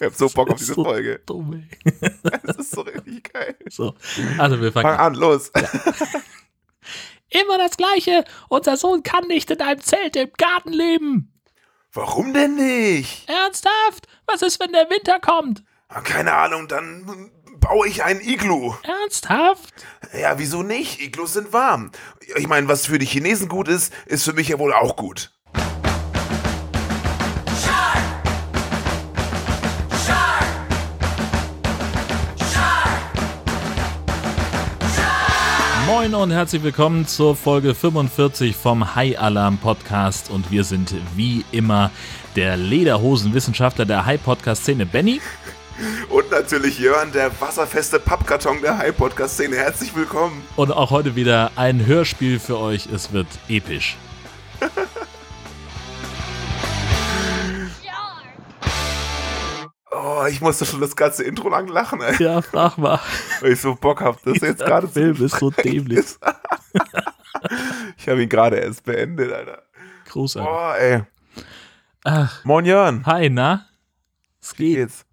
Ich hab so Bock auf diese so Folge. Dumm, ey. Das ist so richtig geil. So, also wir fangen Fang an, los. Ja. Immer das Gleiche. Unser Sohn kann nicht in einem Zelt im Garten leben. Warum denn nicht? Ernsthaft? Was ist, wenn der Winter kommt? Keine Ahnung, dann baue ich einen Iglu. Ernsthaft? Ja, wieso nicht? Iglus sind warm. Ich meine, was für die Chinesen gut ist, ist für mich ja wohl auch gut. Moin und herzlich willkommen zur Folge 45 vom High Alarm Podcast und wir sind wie immer der Lederhosenwissenschaftler der High Podcast Szene Benny. Und natürlich Jörn, der wasserfeste Pappkarton der High Podcast Szene. Herzlich willkommen. Und auch heute wieder ein Hörspiel für euch. Es wird episch. Oh, ich musste schon das ganze Intro lang lachen, ey. Ja, frag mal. Weil ich so Bock hab, das jetzt gerade zu Film ist so dämlich. Ich habe ihn gerade erst beendet, Alter. Großartig. Oh, ey. Ach, Moin Jörn. hi, na? Es Wie geht. geht's?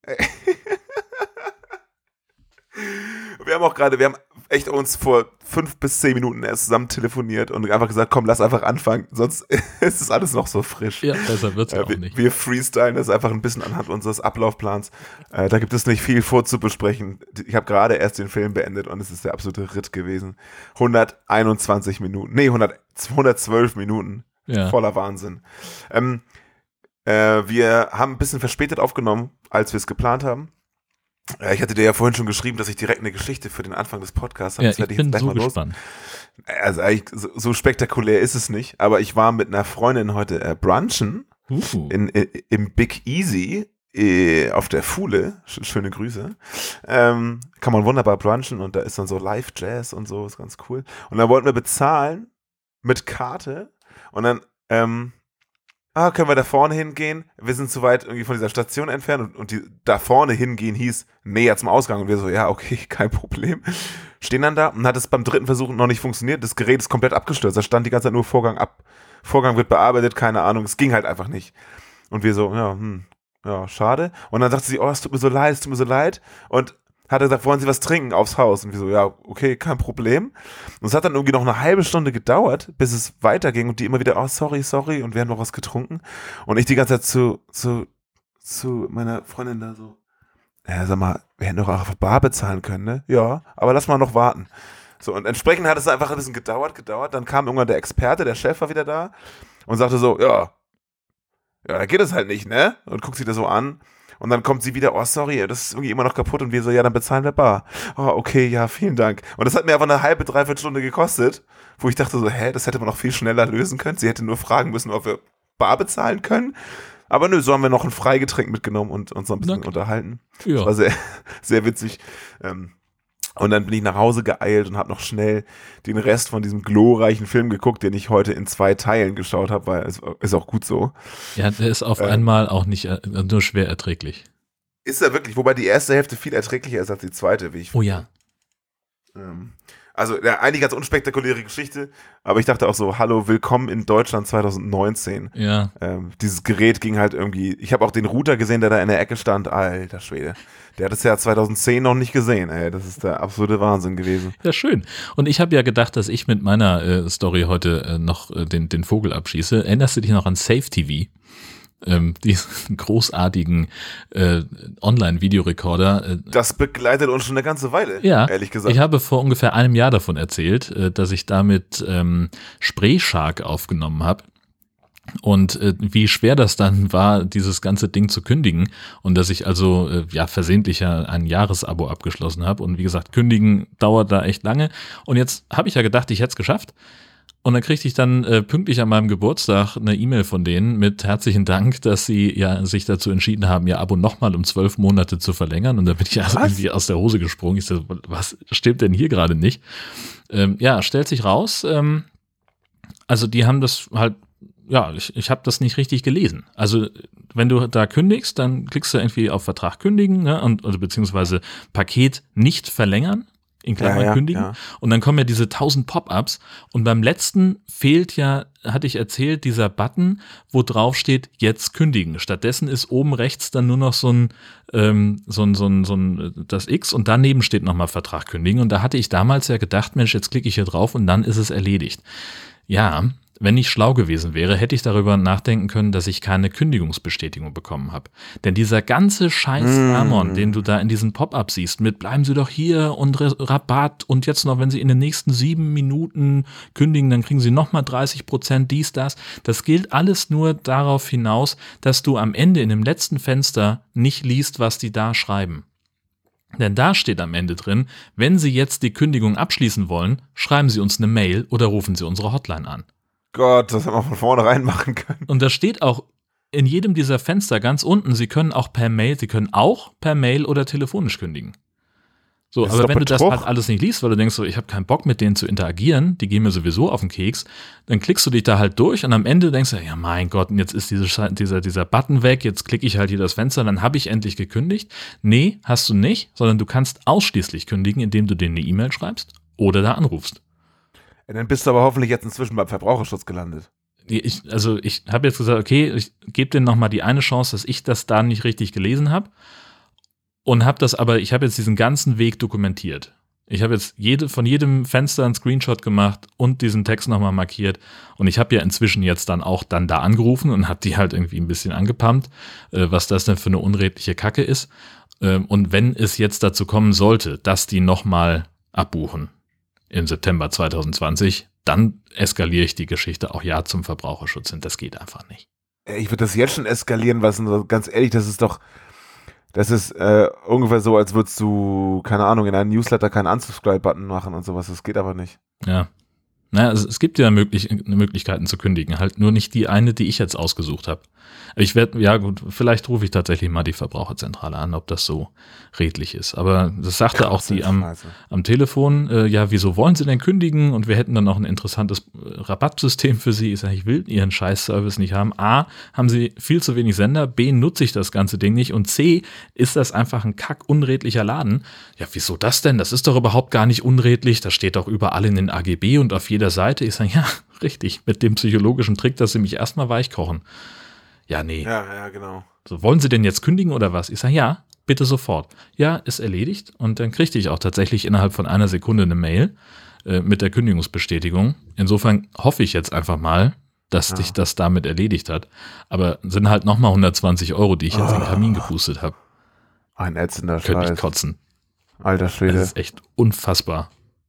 Wir haben echt uns vor 5 bis 10 Minuten erst zusammen telefoniert und einfach gesagt, komm, lass einfach anfangen, sonst ist es alles noch so frisch. Ja, besser wird's ja auch nicht. Wir freestylen das einfach ein bisschen anhand unseres Ablaufplans. Da gibt es nicht viel vorzubesprechen. Ich habe gerade erst den Film beendet und es ist der absolute Ritt gewesen. 121 Minuten, 112 Minuten. Ja. Voller Wahnsinn. Wir haben ein bisschen verspätet aufgenommen, als wir es geplant haben. Ich hatte dir ja vorhin schon geschrieben, dass ich direkt eine Geschichte für den Anfang des Podcasts habe. Ja, Das werde ich jetzt bin gleich so mal los. gespannt. Also eigentlich so spektakulär ist es nicht, aber ich war mit einer Freundin heute brunchen im Big Easy auf der Fuhle. Schöne Grüße. Kann man wunderbar brunchen und da ist dann so Live-Jazz und so, ist ganz cool. Und dann wollten wir bezahlen mit Karte und dann können wir da vorne hingehen? Wir sind zu weit irgendwie von dieser Station entfernt und die da vorne hingehen hieß näher zum Ausgang und wir so, ja, okay, kein Problem. Stehen dann da und hat es beim dritten Versuch noch nicht funktioniert. Das Gerät ist komplett abgestürzt. Da stand die ganze Zeit nur Vorgang ab. Vorgang wird bearbeitet, keine Ahnung. Es ging halt einfach nicht. Und wir so, ja, schade. Und dann sagte sie, oh, es tut mir so leid. Und hat er gesagt, wollen Sie was trinken aufs Haus? Und wir so, ja, okay, kein Problem. Und es hat dann irgendwie noch eine halbe Stunde gedauert, bis es weiterging und die immer wieder, oh, sorry, und wir haben noch was getrunken. Und ich die ganze Zeit zu meiner Freundin da so, ja, sag mal, wir hätten doch auch auf Bar bezahlen können, ne? Ja, aber lass mal noch warten. So, und entsprechend hat es einfach ein bisschen gedauert. Dann kam irgendwann der Experte, der Chef war wieder da und sagte so, ja, da geht es halt nicht, ne? Und guckt sich das so an. Und dann kommt sie wieder, oh, sorry, das ist irgendwie immer noch kaputt. Und wir so, ja, dann bezahlen wir bar. Oh, okay, ja, vielen Dank. Und das hat mir aber eine halbe, dreiviertel Stunde gekostet, wo ich dachte so, das hätte man noch viel schneller lösen können. Sie hätte nur fragen müssen, ob wir bar bezahlen können. Aber nö, so haben wir noch ein Freigetränk mitgenommen und uns noch ein bisschen unterhalten. Ja. Das war sehr, sehr witzig. Und dann bin ich nach Hause geeilt und habe noch schnell den Rest von diesem glorreichen Film geguckt, den ich heute in 2 Teilen geschaut habe, weil es ist auch gut so. Ja, der ist auf einmal auch nicht nur schwer erträglich. Ist er wirklich, wobei die erste Hälfte viel erträglicher ist als die zweite, wie ich finde. Oh ja. Also eigentlich ganz unspektakuläre Geschichte, aber ich dachte auch so, hallo, willkommen in Deutschland 2019. Ja. Dieses Gerät ging halt irgendwie, ich habe auch den Router gesehen, der da in der Ecke stand, alter Schwede. Der hat es ja 2010 noch nicht gesehen, ey. Das ist der absolute Wahnsinn gewesen. Ja, schön. Und ich habe ja gedacht, dass ich mit meiner Story heute noch den Vogel abschieße. Erinnerst du dich noch an Safe TV? Diesen großartigen Online-Videorekorder. Das begleitet uns schon eine ganze Weile, ja, ehrlich gesagt. Ich habe vor ungefähr einem Jahr davon erzählt, dass ich damit Spreeshark aufgenommen habe. Und wie schwer das dann war, dieses ganze Ding zu kündigen und dass ich also versehentlich ein Jahresabo abgeschlossen habe und wie gesagt, kündigen dauert da echt lange und jetzt habe ich ja gedacht, ich hätte es geschafft und dann kriegte ich dann pünktlich an meinem Geburtstag eine E-Mail von denen mit herzlichen Dank, dass sie ja sich dazu entschieden haben, ihr Abo nochmal um 12 Monate zu verlängern und da bin ich also irgendwie aus der Hose gesprungen. Ich so, was stimmt denn hier gerade nicht? Stellt sich raus, also die haben das halt ich habe das nicht richtig gelesen. Also wenn du da kündigst, dann klickst du irgendwie auf Vertrag kündigen, ne, oder beziehungsweise Paket nicht verlängern, in Klammern kündigen. Ja. Und dann kommen ja diese 1000 Pop-ups. Und beim letzten fehlt ja, hatte ich erzählt, dieser Button, wo drauf steht, jetzt kündigen. Stattdessen ist oben rechts dann nur noch das X und daneben steht nochmal Vertrag kündigen. Und da hatte ich damals ja gedacht, Mensch, jetzt klicke ich hier drauf und dann ist es erledigt. Ja, wenn ich schlau gewesen wäre, hätte ich darüber nachdenken können, dass ich keine Kündigungsbestätigung bekommen habe. Denn dieser ganze Scheiß-Ramon, den du da in diesen Pop-up siehst, mit bleiben Sie doch hier und Rabatt und jetzt noch, wenn Sie in den nächsten 7 Minuten kündigen, dann kriegen Sie nochmal 30%, dies, das gilt alles nur darauf hinaus, dass du am Ende in dem letzten Fenster nicht liest, was die da schreiben. Denn da steht am Ende drin, wenn Sie jetzt die Kündigung abschließen wollen, schreiben Sie uns eine Mail oder rufen Sie unsere Hotline an. Gott, das hätten wir von vornherein machen können. Und da steht auch in jedem dieser Fenster ganz unten, Sie können auch per Mail oder telefonisch kündigen. So, aber wenn du das halt alles nicht liest, weil du denkst so, ich habe keinen Bock mit denen zu interagieren, die gehen mir sowieso auf den Keks, dann klickst du dich da halt durch und am Ende denkst du, ja mein Gott, und jetzt ist dieser Button weg, jetzt klicke ich halt hier das Fenster, dann habe ich endlich gekündigt. Nee, hast du nicht, sondern du kannst ausschließlich kündigen, indem du denen eine E-Mail schreibst oder da anrufst. Dann bist du aber hoffentlich jetzt inzwischen beim Verbraucherschutz gelandet. Ich habe jetzt gesagt, okay, ich gebe denen nochmal die eine Chance, dass ich das da nicht richtig gelesen habe und ich habe jetzt diesen ganzen Weg dokumentiert. Ich habe jetzt von jedem Fenster einen Screenshot gemacht und diesen Text nochmal markiert und ich habe ja inzwischen jetzt dann auch da angerufen und habe die halt irgendwie ein bisschen angepumpt, was das denn für eine unredliche Kacke ist. Und wenn es jetzt dazu kommen sollte, dass die nochmal abbuchen, im September 2020, dann eskaliere ich die Geschichte auch zum Verbraucherschutz hin. Das geht einfach nicht. Ich würde das jetzt schon eskalieren, ganz ehrlich, das ist ungefähr so, als würdest du, keine Ahnung, in einem Newsletter keinen Unsubscribe-Button machen und sowas. Das geht aber nicht. Ja. Naja, es gibt ja Möglichkeiten zu kündigen, halt nur nicht die eine, die ich jetzt ausgesucht habe. Vielleicht rufe ich tatsächlich mal die Verbraucherzentrale an, ob das so redlich ist. Aber das sagte auch die am Telefon, wieso wollen Sie denn kündigen? Und wir hätten dann auch ein interessantes Rabattsystem für Sie. Ich sage, ich will Ihren Scheiß-Service nicht haben. A, haben Sie viel zu wenig Sender. B, nutze ich das ganze Ding nicht. Und C, ist das einfach ein unredlicher Laden. Ja, wieso das denn? Das ist doch überhaupt gar nicht unredlich. Das steht doch überall in den AGB und auf jeder Seite. Ich sage, ja, richtig, mit dem psychologischen Trick, dass Sie mich erstmal weichkochen. Ja, nee. Ja, genau. So, wollen Sie denn jetzt kündigen oder was? Ich sage, ja, bitte sofort. Ja, ist erledigt. Und dann kriegte ich auch tatsächlich innerhalb von einer Sekunde eine Mail mit der Kündigungsbestätigung. Insofern hoffe ich jetzt einfach mal, dass sich das damit erledigt hat. Aber sind halt nochmal 120 €, die ich jetzt in den Kamin gepustet habe. Ein ätzender Scheiß. Könnte ich kotzen. Alter Schwede. Das ist echt unfassbar.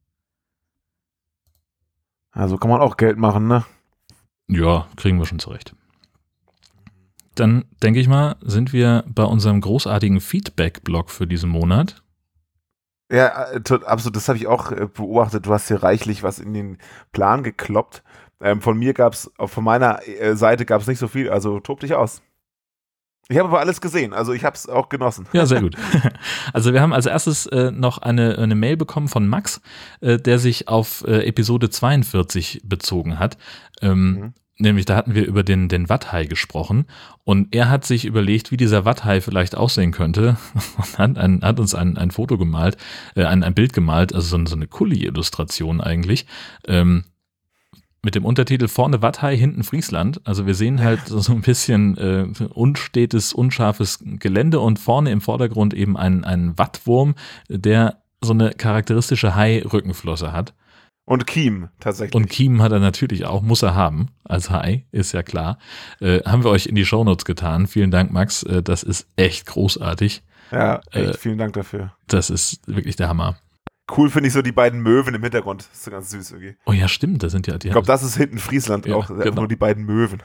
Also kann man auch Geld machen, ne? Ja, kriegen wir schon zurecht. Dann denke ich mal, sind wir bei unserem großartigen Feedback-Blog für diesen Monat. Ja, absolut, das habe ich auch beobachtet. Du hast hier reichlich was in den Plan gekloppt. Von meiner Seite gab es nicht so viel, also tob dich aus. Ich habe aber alles gesehen, also ich habe es auch genossen. Ja, sehr gut. Also wir haben als erstes noch eine Mail bekommen von Max, der sich auf Episode 42 bezogen hat. Nämlich, da hatten wir über den Watthai gesprochen und er hat sich überlegt, wie dieser Watthai vielleicht aussehen könnte und hat uns ein Foto gemalt, ein Bild gemalt, also so eine Kuli-Illustration eigentlich, mit dem Untertitel vorne Watthai, hinten Friesland. Also wir sehen halt so ein bisschen unstetes, unscharfes Gelände und vorne im Vordergrund eben einen Wattwurm, der so eine charakteristische Hai-Rückenflosse hat. Und Kiem, tatsächlich. Und Kiem hat er natürlich auch, muss er haben, als Hai, ist ja klar. Haben wir euch in die Shownotes getan. Vielen Dank, Max. Das ist echt großartig. Ja, echt, vielen Dank dafür. Das ist wirklich der Hammer. Cool finde ich so die beiden Möwen im Hintergrund. Das ist so ganz süß irgendwie. Oh ja, stimmt, das sind ja die. Ich glaube, das ist hinten Friesland auch, genau. Nur die beiden Möwen.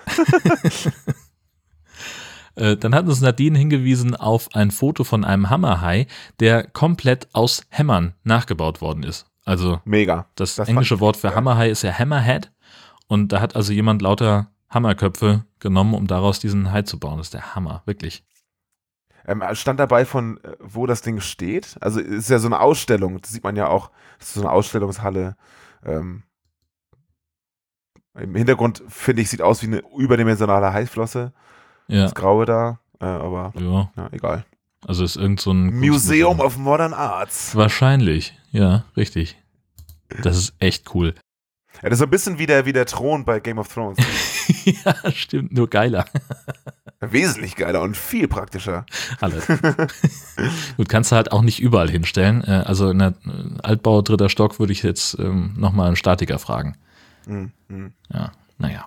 Dann hat uns Nadine hingewiesen auf ein Foto von einem Hammerhai, der komplett aus Hämmern nachgebaut worden ist. Also mega. Das englische Wort für Hammerhai ist ja Hammerhead und da hat also jemand lauter Hammerköpfe genommen, um daraus diesen Hai zu bauen. Das ist der Hammer, wirklich. Stand dabei von, wo das Ding steht? Also ist ja so eine Ausstellung, das sieht man ja auch, das ist so eine Ausstellungshalle. Im Hintergrund, finde ich, sieht aus wie eine überdimensionale Haiflosse. Ja. Das Graue da, aber ja, egal. Also ist irgend so ein Museum of Modern Arts. Wahrscheinlich, ja, richtig. Das ist echt cool. Ja, das ist so ein bisschen wie der Thron bei Game of Thrones. Ja, stimmt, nur geiler. Wesentlich geiler und viel praktischer. Alles. Gut, kannst du halt auch nicht überall hinstellen. Also in der Altbau 3. Stock würde ich jetzt nochmal einen Statiker fragen. Ja, naja.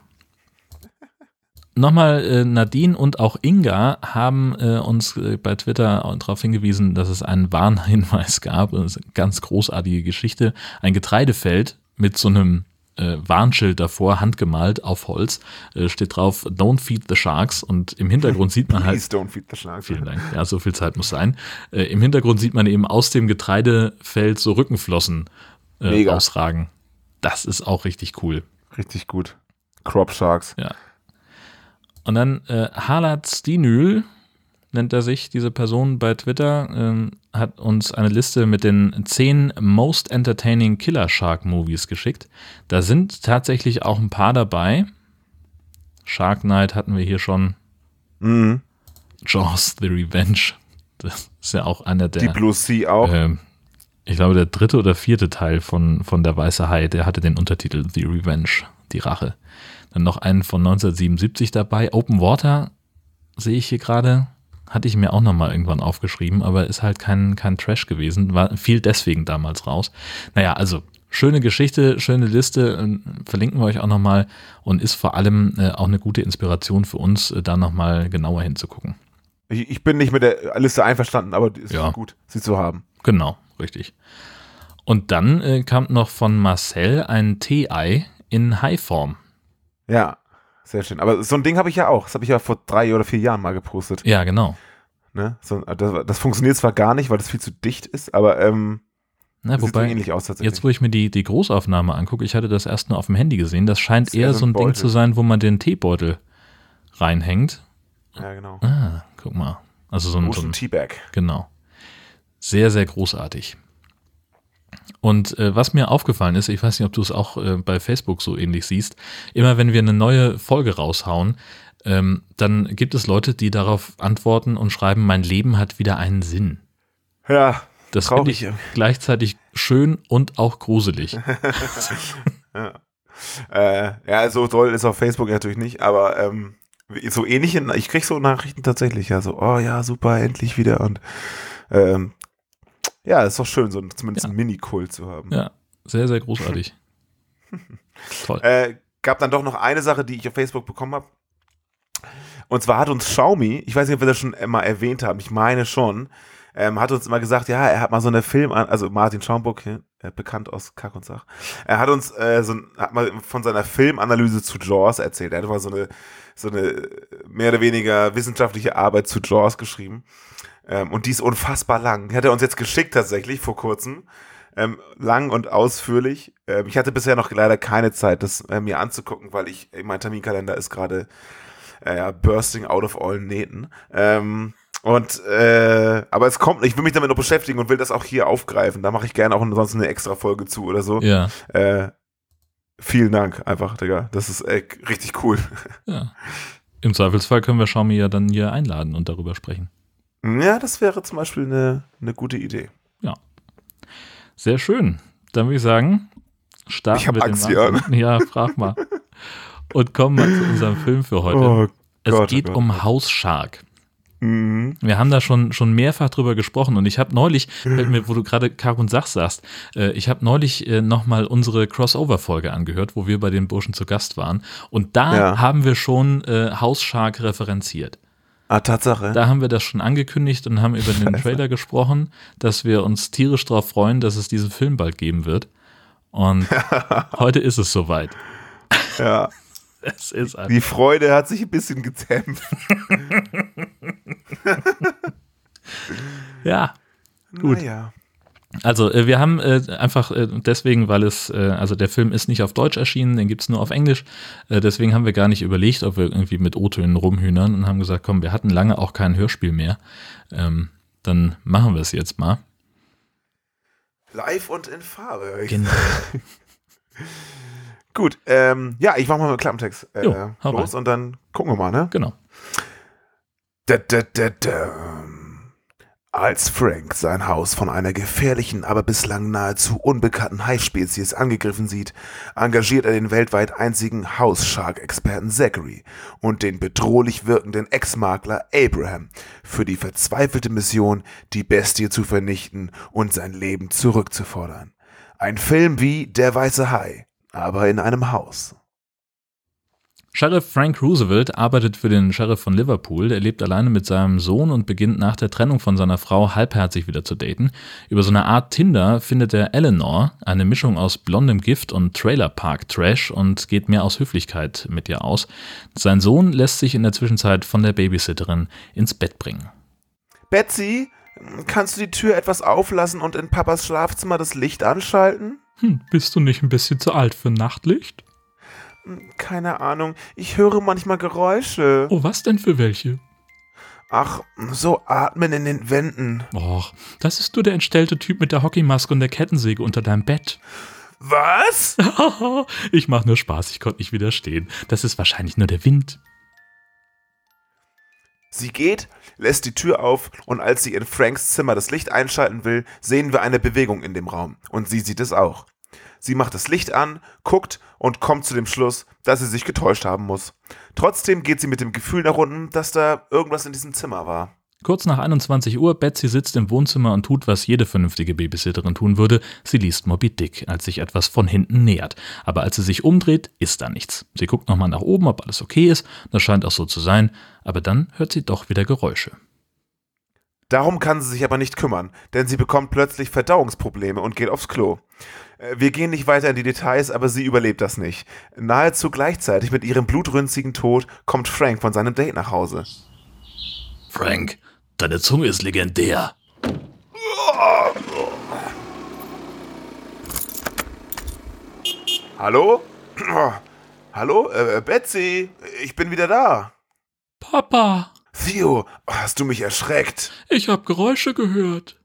Nochmal, Nadine und auch Inga haben uns bei Twitter darauf hingewiesen, dass es einen Warnhinweis gab. Das ist eine ganz großartige Geschichte. Ein Getreidefeld mit so einem Warnschild davor, handgemalt auf Holz, steht drauf, Don't feed the sharks, und im Hintergrund sieht man halt, Please don't feed the sharks. Vielen Dank, ja, so viel Zeit muss sein, im Hintergrund sieht man eben aus dem Getreidefeld so Rückenflossen ausragen. Das ist auch richtig cool. Richtig gut. Crop Sharks. Ja. Und dann Halat Stinül, nennt er sich, diese Person bei Twitter, hat uns eine Liste mit den 10 Most Entertaining Killer Shark Movies geschickt. Da sind tatsächlich auch ein paar dabei. Shark Night hatten wir hier schon. Jaws, The Revenge. Das ist ja auch einer der... Die Blue Sea auch. Ich glaube, der 3. oder 4. Teil von Der Weiße Hai, der hatte den Untertitel The Revenge, die Rache. Dann noch einen von 1977 dabei. Open Water sehe ich hier gerade. Hatte ich mir auch nochmal irgendwann aufgeschrieben, aber ist halt kein Trash gewesen. Fiel deswegen damals raus. Naja, also schöne Geschichte, schöne Liste, verlinken wir euch auch nochmal, und ist vor allem auch eine gute Inspiration für uns, da nochmal genauer hinzugucken. Ich bin nicht mit der Liste einverstanden, aber es ist gut, sie zu haben. Genau, richtig. Und dann kam noch von Marcel ein Tee-Ei in Haiform. Ja, sehr schön. Aber so ein Ding habe ich ja auch. Das habe ich ja vor 3 oder 4 Jahren mal gepostet. Ja, genau. Ne? Das funktioniert zwar gar nicht, weil das viel zu dicht ist, aber sieht so ähnlich aus tatsächlich. Jetzt, wo ich mir die Großaufnahme angucke, ich hatte das erst nur auf dem Handy gesehen, das scheint eher so ein Ding zu sein, wo man den Teebeutel reinhängt. Ja, genau. Ah, guck mal. Also so ein Teabag. Genau. Sehr, sehr großartig. Und was mir aufgefallen ist, ich weiß nicht, ob du es auch bei Facebook so ähnlich siehst, immer wenn wir eine neue Folge raushauen, dann gibt es Leute, die darauf antworten und schreiben, mein Leben hat wieder einen Sinn. Ja, das finde ich gleichzeitig schön und auch gruselig. Ja, so toll ist auf Facebook natürlich nicht, aber so ähnliche, ich kriege so Nachrichten tatsächlich, ja, so, oh ja, super, endlich wieder, und ja, ist doch schön, so zumindest einen Mini-Kult zu haben. Ja, sehr, sehr großartig. Toll. Gab dann doch noch eine Sache, die ich auf Facebook bekommen habe. Und zwar hat uns Xiaomi, ich weiß nicht, ob wir das schon mal erwähnt haben, ich meine schon, hat uns immer gesagt, ja, er hat mal so eine also Martin Schaumburg, bekannt aus Kack und Sach, er hat uns hat mal von seiner Filmanalyse zu Jaws erzählt. Er hat mal so eine mehr oder weniger wissenschaftliche Arbeit zu Jaws geschrieben. Und die ist unfassbar lang. Die hat er uns jetzt geschickt tatsächlich vor kurzem. Lang und ausführlich. Ich hatte bisher noch leider keine Zeit, das mir anzugucken, weil mein Terminkalender ist gerade bursting out of all Nähten. Aber es kommt, ich will mich damit noch beschäftigen und will das auch hier aufgreifen. Da mache ich gerne auch sonst eine extra Folge zu oder so. Ja. Vielen Dank einfach, Digga. Das ist richtig cool. Ja. Im Zweifelsfall können wir Xiaomi ja dann hier einladen und darüber sprechen. Ja, das wäre zum Beispiel eine gute Idee. Ja. Sehr schön. Dann würde ich sagen, starten wir den Wahnsinn. Ja, frag mal. Und kommen mal zu unserem Film für heute. Es geht um House Shark. Mhm. Wir haben da schon mehrfach drüber gesprochen, und ich habe neulich, wo du gerade Kack und Sach sagst, ich habe neulich nochmal unsere Crossover-Folge angehört, wo wir bei den Burschen zu Gast waren, und da haben wir schon House Shark referenziert. Ah, Tatsache. Da haben wir das schon angekündigt und haben über den Trailer gesprochen, dass wir uns tierisch darauf freuen, dass es diesen Film bald geben wird. Und heute ist es soweit. Ja. Es ist die Freude hat sich ein bisschen gezähmt. Ja, gut. Naja. Also wir haben einfach deswegen, weil also der Film ist nicht auf Deutsch erschienen, den gibt es nur auf Englisch, deswegen haben wir gar nicht überlegt, ob wir irgendwie mit O-Tönen rumhühnern, und haben gesagt, komm, wir hatten lange auch kein Hörspiel mehr, dann machen wir es jetzt mal. Live und in Farbe. Genau. Gut, ja, ich mach mal mit Klappentext los rein. Und dann gucken wir mal, ne? Genau. Als Frank sein Haus von einer gefährlichen, aber bislang nahezu unbekannten Haispezies angegriffen sieht, engagiert er den weltweit einzigen House-Shark-Experten Zachary und den bedrohlich wirkenden Ex-Makler Abraham für die verzweifelte Mission, die Bestie zu vernichten und sein Leben zurückzufordern. Ein Film wie Der weiße Hai, aber in einem Haus. Sheriff Frank Roosevelt arbeitet für den Sheriff von Liverpool. Er lebt alleine mit seinem Sohn und beginnt nach der Trennung von seiner Frau halbherzig wieder zu daten. Über so eine Art Tinder findet er Eleanor, eine Mischung aus blondem Gift und Trailerpark-Trash, und geht mehr aus Höflichkeit mit ihr aus. Sein Sohn lässt sich in der Zwischenzeit von der Babysitterin ins Bett bringen. Betsy, kannst du die Tür etwas auflassen und in Papas Schlafzimmer das Licht anschalten? Bist du nicht ein bisschen zu alt für Nachtlicht? Keine Ahnung, ich höre manchmal Geräusche. Oh, was denn für welche? Ach, so Atmen in den Wänden. Och, das ist nur der entstellte Typ mit der Hockeymaske und der Kettensäge unter deinem Bett. Was? Ich mach nur Spaß, ich konnte nicht widerstehen. Das ist wahrscheinlich nur der Wind. Sie geht, lässt die Tür auf und als sie in Franks Zimmer das Licht einschalten will, sehen wir eine Bewegung in dem Raum. Und sie sieht es auch. Sie macht das Licht an, guckt und kommt zu dem Schluss, dass sie sich getäuscht haben muss. Trotzdem geht sie mit dem Gefühl nach unten, dass da irgendwas in diesem Zimmer war. Kurz nach 21 Uhr, Betsy sitzt im Wohnzimmer und tut, was jede vernünftige Babysitterin tun würde. Sie liest Moby Dick, als sich etwas von hinten nähert. Aber als sie sich umdreht, ist da nichts. Sie guckt nochmal nach oben, ob alles okay ist. Das scheint auch so zu sein. Aber dann hört sie doch wieder Geräusche. Darum kann sie sich aber nicht kümmern, denn sie bekommt plötzlich Verdauungsprobleme und geht aufs Klo. Wir gehen nicht weiter in die Details, aber sie überlebt das nicht. Nahezu gleichzeitig mit ihrem blutrünstigen Tod kommt Frank von seinem Date nach Hause. Frank, deine Zunge ist legendär. Hallo? Hallo? Betsy, ich bin wieder da. Papa. Theo, hast du mich erschreckt? Ich hab Geräusche gehört.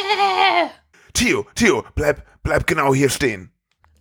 Theo, bleib genau hier stehen.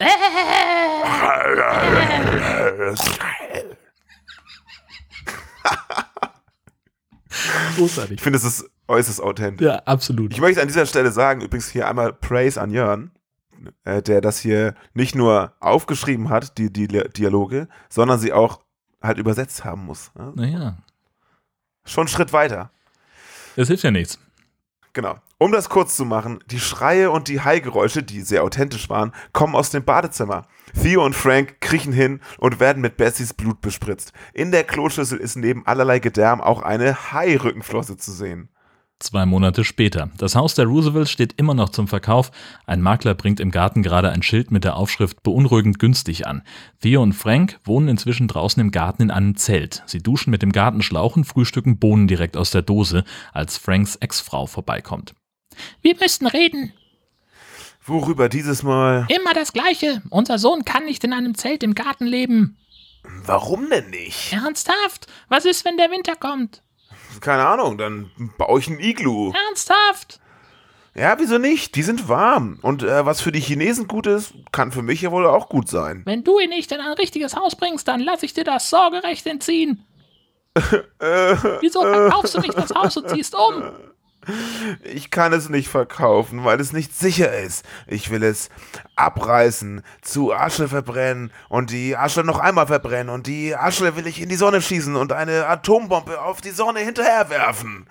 Großartig. Ich finde, es ist äußerst authentisch. Ja, absolut. Ich möchte an dieser Stelle sagen, übrigens hier einmal Praise an Jörn, der das hier nicht nur aufgeschrieben hat, die Dialoge, sondern sie auch halt übersetzt haben muss. Ne? Naja. Schon einen Schritt weiter. Das hilft ja nichts. Genau. Um das kurz zu machen, die Schreie und die Haigeräusche, die sehr authentisch waren, kommen aus dem Badezimmer. Theo und Frank kriechen hin und werden mit Bessys Blut bespritzt. In der Kloschüssel ist neben allerlei Gedärm auch eine Hai-Rückenflosse zu sehen. 2 Monate später. Das Haus der Roosevelts steht immer noch zum Verkauf. Ein Makler bringt im Garten gerade ein Schild mit der Aufschrift beunruhigend günstig an. Theo und Frank wohnen inzwischen draußen im Garten in einem Zelt. Sie duschen mit dem Gartenschlauch und frühstücken Bohnen direkt aus der Dose, als Franks Ex-Frau vorbeikommt. Wir müssten reden. Worüber dieses Mal? Immer das Gleiche. Unser Sohn kann nicht in einem Zelt im Garten leben. Warum denn nicht? Ernsthaft? Was ist, wenn der Winter kommt? Keine Ahnung, dann baue ich ein Iglu. Ernsthaft? Ja, wieso nicht? Die sind warm. Und was für die Chinesen gut ist, kann für mich ja wohl auch gut sein. Wenn du ihn nicht in ein richtiges Haus bringst, dann lass ich dir das Sorgerecht entziehen. Wieso verkaufst du nicht das Haus und ziehst um? Ich kann es nicht verkaufen, weil es nicht sicher ist. Ich will es abreißen, zu Asche verbrennen und die Asche noch einmal verbrennen und die Asche will ich in die Sonne schießen und eine Atombombe auf die Sonne hinterherwerfen.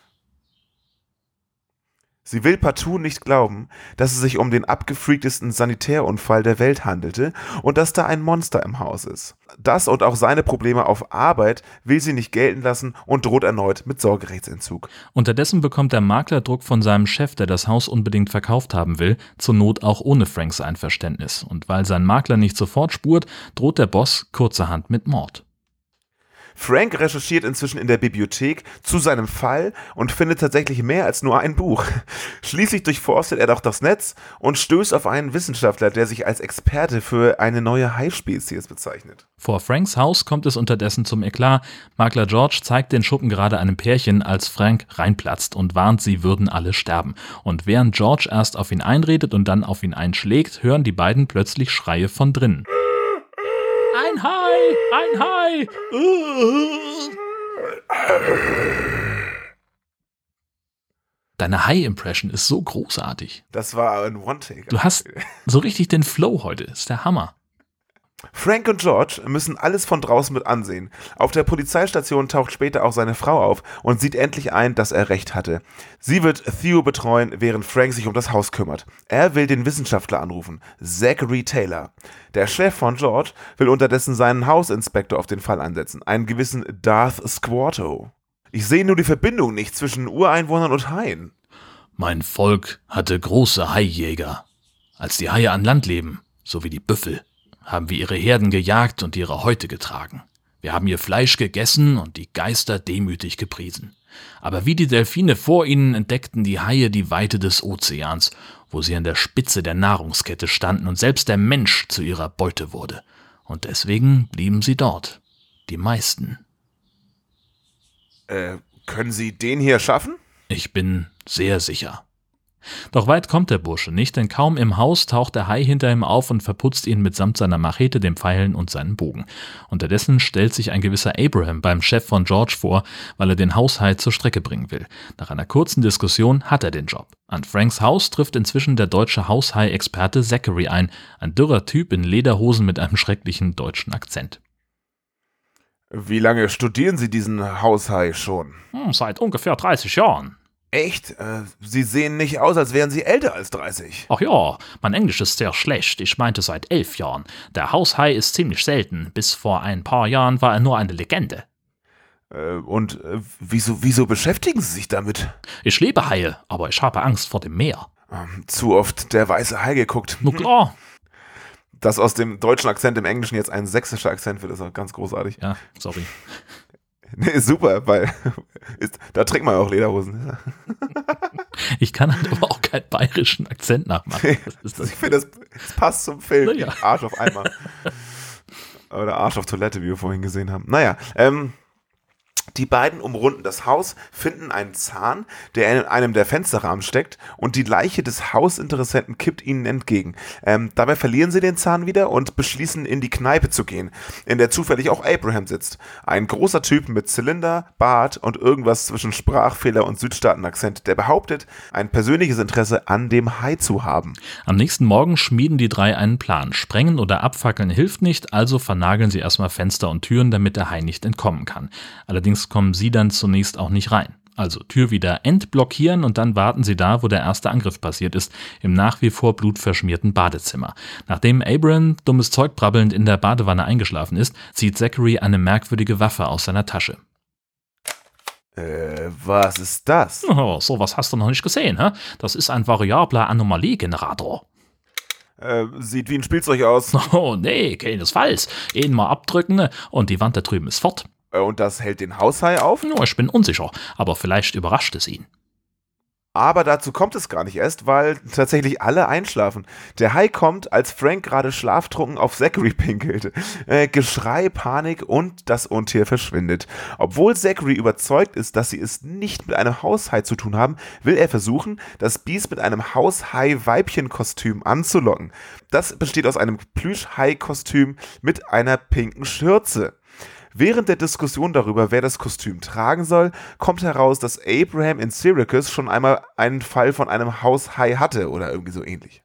Sie will partout nicht glauben, dass es sich um den abgefreaktesten Sanitärunfall der Welt handelte und dass da ein Monster im Haus ist. Das und auch seine Probleme auf Arbeit will sie nicht gelten lassen und droht erneut mit Sorgerechtsentzug. Unterdessen bekommt der Makler Druck von seinem Chef, der das Haus unbedingt verkauft haben will, zur Not auch ohne Franks Einverständnis. Und weil sein Makler nicht sofort spurt, droht der Boss kurzerhand mit Mord. Frank recherchiert inzwischen in der Bibliothek zu seinem Fall und findet tatsächlich mehr als nur ein Buch. Schließlich durchforstet er doch das Netz und stößt auf einen Wissenschaftler, der sich als Experte für eine neue Haispezies bezeichnet. Vor Franks Haus kommt es unterdessen zum Eklat. Makler George zeigt den Schuppen gerade einem Pärchen, als Frank reinplatzt und warnt, sie würden alle sterben. Und während George erst auf ihn einredet und dann auf ihn einschlägt, hören die beiden plötzlich Schreie von drinnen. Ein Hai! Ein Hai! Deine Hai-Impression ist so großartig. Das war ein One-Take. Du hast so richtig den Flow heute. Ist der Hammer. Frank und George müssen alles von draußen mit ansehen. Auf der Polizeistation taucht später auch seine Frau auf und sieht endlich ein, dass er recht hatte. Sie wird Theo betreuen, während Frank sich um das Haus kümmert. Er will den Wissenschaftler anrufen, Zachary Taylor. Der Chef von George will unterdessen seinen Hausinspektor auf den Fall ansetzen, einen gewissen Darth Squarto. Ich sehe nur die Verbindung nicht zwischen Ureinwohnern und Haien. Mein Volk hatte große Haijäger. Als die Haie an Land leben, so wie die Büffel, haben wir ihre Herden gejagt und ihre Häute getragen. Wir haben ihr Fleisch gegessen und die Geister demütig gepriesen. Aber wie die Delfine vor ihnen entdeckten die Haie die Weite des Ozeans, wo sie an der Spitze der Nahrungskette standen und selbst der Mensch zu ihrer Beute wurde. Und deswegen blieben sie dort. Die meisten. Können Sie den hier schaffen? Ich bin sehr sicher. Doch weit kommt der Bursche nicht, denn kaum im Haus taucht der Hai hinter ihm auf und verputzt ihn mitsamt seiner Machete, dem Pfeilen und seinem Bogen. Unterdessen stellt sich ein gewisser Abraham beim Chef von George vor, weil er den Haushai zur Strecke bringen will. Nach einer kurzen Diskussion hat er den Job. An Franks Haus trifft inzwischen der deutsche Haushai-Experte Zachary ein dürrer Typ in Lederhosen mit einem schrecklichen deutschen Akzent. Wie lange studieren Sie diesen Haushai schon? Seit ungefähr 30 Jahren. Echt? Sie sehen nicht aus, als wären Sie älter als 30. Ach ja, mein Englisch ist sehr schlecht. Ich meinte seit 11 Jahren. Der Haushai ist ziemlich selten. Bis vor ein paar Jahren war er nur eine Legende. Wieso beschäftigen Sie sich damit? Ich liebe Haie, aber ich habe Angst vor dem Meer. Zu oft der weiße Hai geguckt. Na klar. Dass aus dem deutschen Akzent im Englischen jetzt ein sächsischer Akzent wird, ist auch ganz großartig. Ja, sorry. Nee, super, weil da trägt man auch Lederhosen. Ich kann halt aber auch keinen bayerischen Akzent nachmachen. Ich finde, das passt zum Film. Naja. Arsch auf Eimer. Oder Arsch auf Toilette, wie wir vorhin gesehen haben. Naja, die beiden umrunden das Haus, finden einen Zahn, der in einem der Fensterrahmen steckt, und die Leiche des Hausinteressenten kippt ihnen entgegen. Dabei verlieren sie den Zahn wieder und beschließen, in die Kneipe zu gehen, in der zufällig auch Abraham sitzt. Ein großer Typ mit Zylinder, Bart und irgendwas zwischen Sprachfehler und Südstaatenakzent, der behauptet, ein persönliches Interesse an dem Hai zu haben. Am nächsten Morgen schmieden die drei einen Plan. Sprengen oder abfackeln hilft nicht, also vernageln sie erstmal Fenster und Türen, damit der Hai nicht entkommen kann. Allerdings kommen sie dann zunächst auch nicht rein. Also Tür wieder entblockieren und dann warten sie da, wo der erste Angriff passiert ist, im nach wie vor blutverschmierten Badezimmer. Nachdem Abraham dummes Zeug brabbelnd in der Badewanne eingeschlafen ist, zieht Zachary eine merkwürdige Waffe aus seiner Tasche. Was ist das? Oh, sowas hast du noch nicht gesehen, hä? Das ist ein variabler Anomaliegenerator. Sieht wie ein Spielzeug aus. Oh nee, keinesfalls. Ihn mal abdrücken und die Wand da drüben ist fort. Und das hält den Haushai auf? Oh, ich bin unsicher, aber vielleicht überrascht es ihn. Aber dazu kommt es gar nicht erst, weil tatsächlich alle einschlafen. Der Hai kommt, als Frank gerade schlaftrunken auf Zachary pinkelt. Geschrei, Panik und das Untier verschwindet. Obwohl Zachary überzeugt ist, dass sie es nicht mit einem Haushai zu tun haben, will er versuchen, das Biest mit einem Haushai-Weibchen-Kostüm anzulocken. Das besteht aus einem Plüsch-Hai-Kostüm mit einer pinken Schürze. Während der Diskussion darüber, wer das Kostüm tragen soll, kommt heraus, dass Abraham in Syracuse schon einmal einen Fall von einem Haushai hatte oder irgendwie so ähnlich.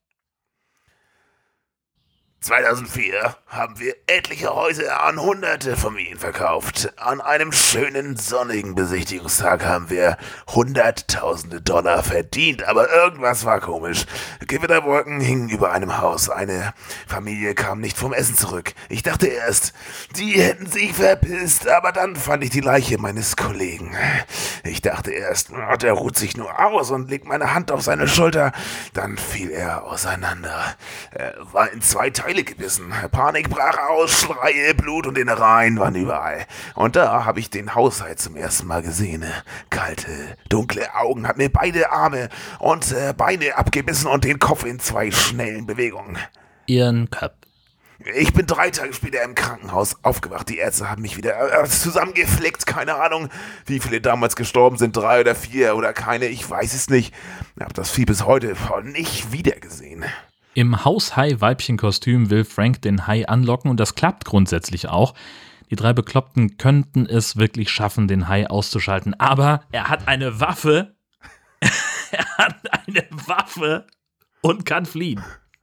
2004 haben wir etliche Häuser an hunderte Familien verkauft. An einem schönen sonnigen Besichtigungstag haben wir Hunderttausende Dollar verdient, aber irgendwas war komisch. Gewitterwolken hingen über einem Haus. Eine Familie kam nicht vom Essen zurück. Ich dachte erst, die hätten sich verpisst, aber dann fand ich die Leiche meines Kollegen. Ich dachte erst, der ruht sich nur aus und legt meine Hand auf seine Schulter. Dann fiel er auseinander. Er war in 2 Teile gebissen. Panik brach aus, Schreie, Blut und Innereien waren überall. Und da habe ich den Haushai zum ersten Mal gesehen. Kalte, dunkle Augen, hat mir beide Arme und Beine abgebissen und den Kopf in 2 schnellen Bewegungen. Ihren Kopf. Ich bin 3 Tage später im Krankenhaus aufgewacht. Die Ärzte haben mich wieder zusammengeflickt. Keine Ahnung, wie viele damals gestorben sind. 3 oder 4 oder keine. Ich weiß es nicht. Ich habe das Vieh bis heute nicht wiedergesehen. Im Haushai-Weibchen-Kostüm will Frank den Hai anlocken und das klappt grundsätzlich auch. Die 3 Bekloppten könnten es wirklich schaffen, den Hai auszuschalten. Aber er hat eine Waffe. hat eine Waffe und kann fliehen.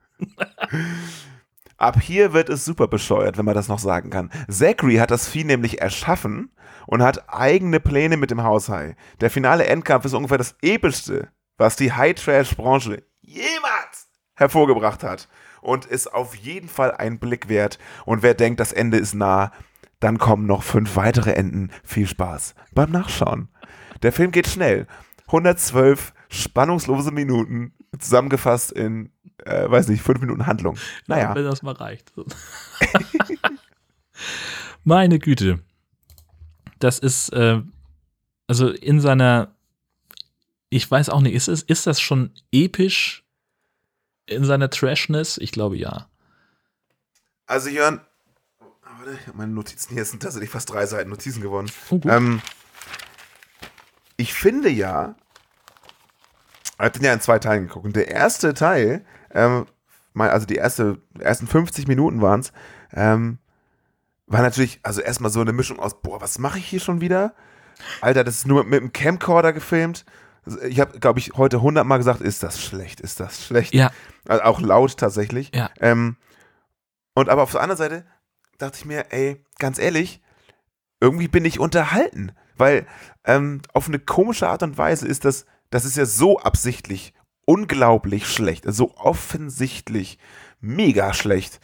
Ab hier wird es super bescheuert, wenn man das noch sagen kann. Zachary hat das Vieh nämlich erschaffen und hat eigene Pläne mit dem Haushai. Der finale Endkampf ist ungefähr das epischste, was die High-Trash-Branche jemals hervorgebracht hat. Und ist auf jeden Fall ein Blick wert. Und wer denkt, das Ende ist nah, dann kommen noch 5 weitere Enden. Viel Spaß beim Nachschauen. Der Film geht schnell. 112 spannungslose Minuten, zusammengefasst in, 5 Minuten Handlung. Naja. Wenn das mal reicht. Meine Güte. Das ist, also in seiner, ich weiß auch nicht, ist das schon episch in seiner Trashness? Ich glaube, ja. Also Jörn, ich habe meine Notizen, hier sind tatsächlich fast 3 Seiten Notizen geworden. Oh, gut. Ich finde ja, ich habe den ja in 2 Teilen geguckt. Und der erste Teil, also die ersten 50 Minuten waren es, war natürlich, also erstmal so eine Mischung aus, boah, was mache ich hier schon wieder? Alter, das ist nur mit einem Camcorder gefilmt. Ich habe, glaube ich, heute 100 Mal gesagt, ist das schlecht, ist das schlecht. Ja. Also auch laut tatsächlich. Ja. Und aber auf der anderen Seite dachte ich mir, ey, ganz ehrlich, irgendwie bin ich unterhalten. Weil auf eine komische Art und Weise ist das ist ja so absichtlich unglaublich schlecht, so offensichtlich mega schlecht,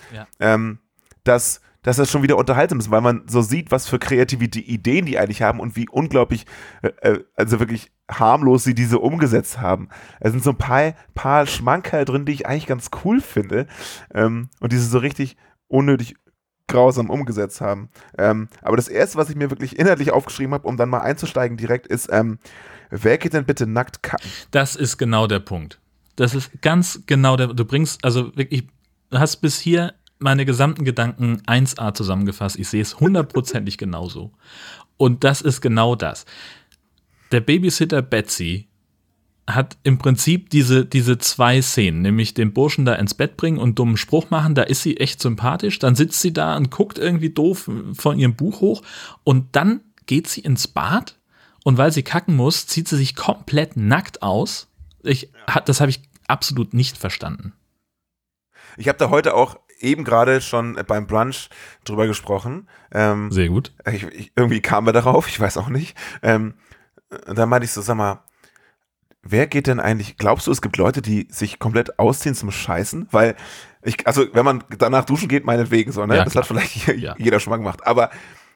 dass das schon wieder unterhaltsam ist, weil man so sieht, was für kreative Ideen die eigentlich haben und wie unglaublich, also wirklich harmlos sie diese umgesetzt haben. Es sind so ein paar Schmankerl drin, die ich eigentlich ganz cool finde, und diese so richtig unnötig grausam umgesetzt haben. Aber das Erste, was ich mir wirklich inhaltlich aufgeschrieben habe, um dann mal einzusteigen direkt, ist, wer geht denn bitte nackt kacken? Das ist genau der Punkt. Das ist ganz genau du bringst, also wirklich, du hast bis hier meine gesamten Gedanken 1A zusammengefasst. Ich sehe es 100%ig genauso. Und das ist genau das. Der Babysitter Betsy hat im Prinzip diese 2 Szenen, nämlich den Burschen da ins Bett bringen und dummen Spruch machen, da ist sie echt sympathisch, dann sitzt sie da und guckt irgendwie doof von ihrem Buch hoch und dann geht sie ins Bad und weil sie kacken muss, zieht sie sich komplett nackt aus. Das habe ich absolut nicht verstanden. Ich habe da heute auch eben gerade schon beim Brunch drüber gesprochen. Sehr gut. Irgendwie kamen wir darauf, ich weiß auch nicht. Und dann meinte ich so, sag mal, wer geht denn eigentlich, glaubst du, es gibt Leute, die sich komplett ausziehen zum Scheißen? Weil, also wenn man danach duschen geht, meinetwegen so, ne? Ja, das klar. hat vielleicht jeder schon mal gemacht. Aber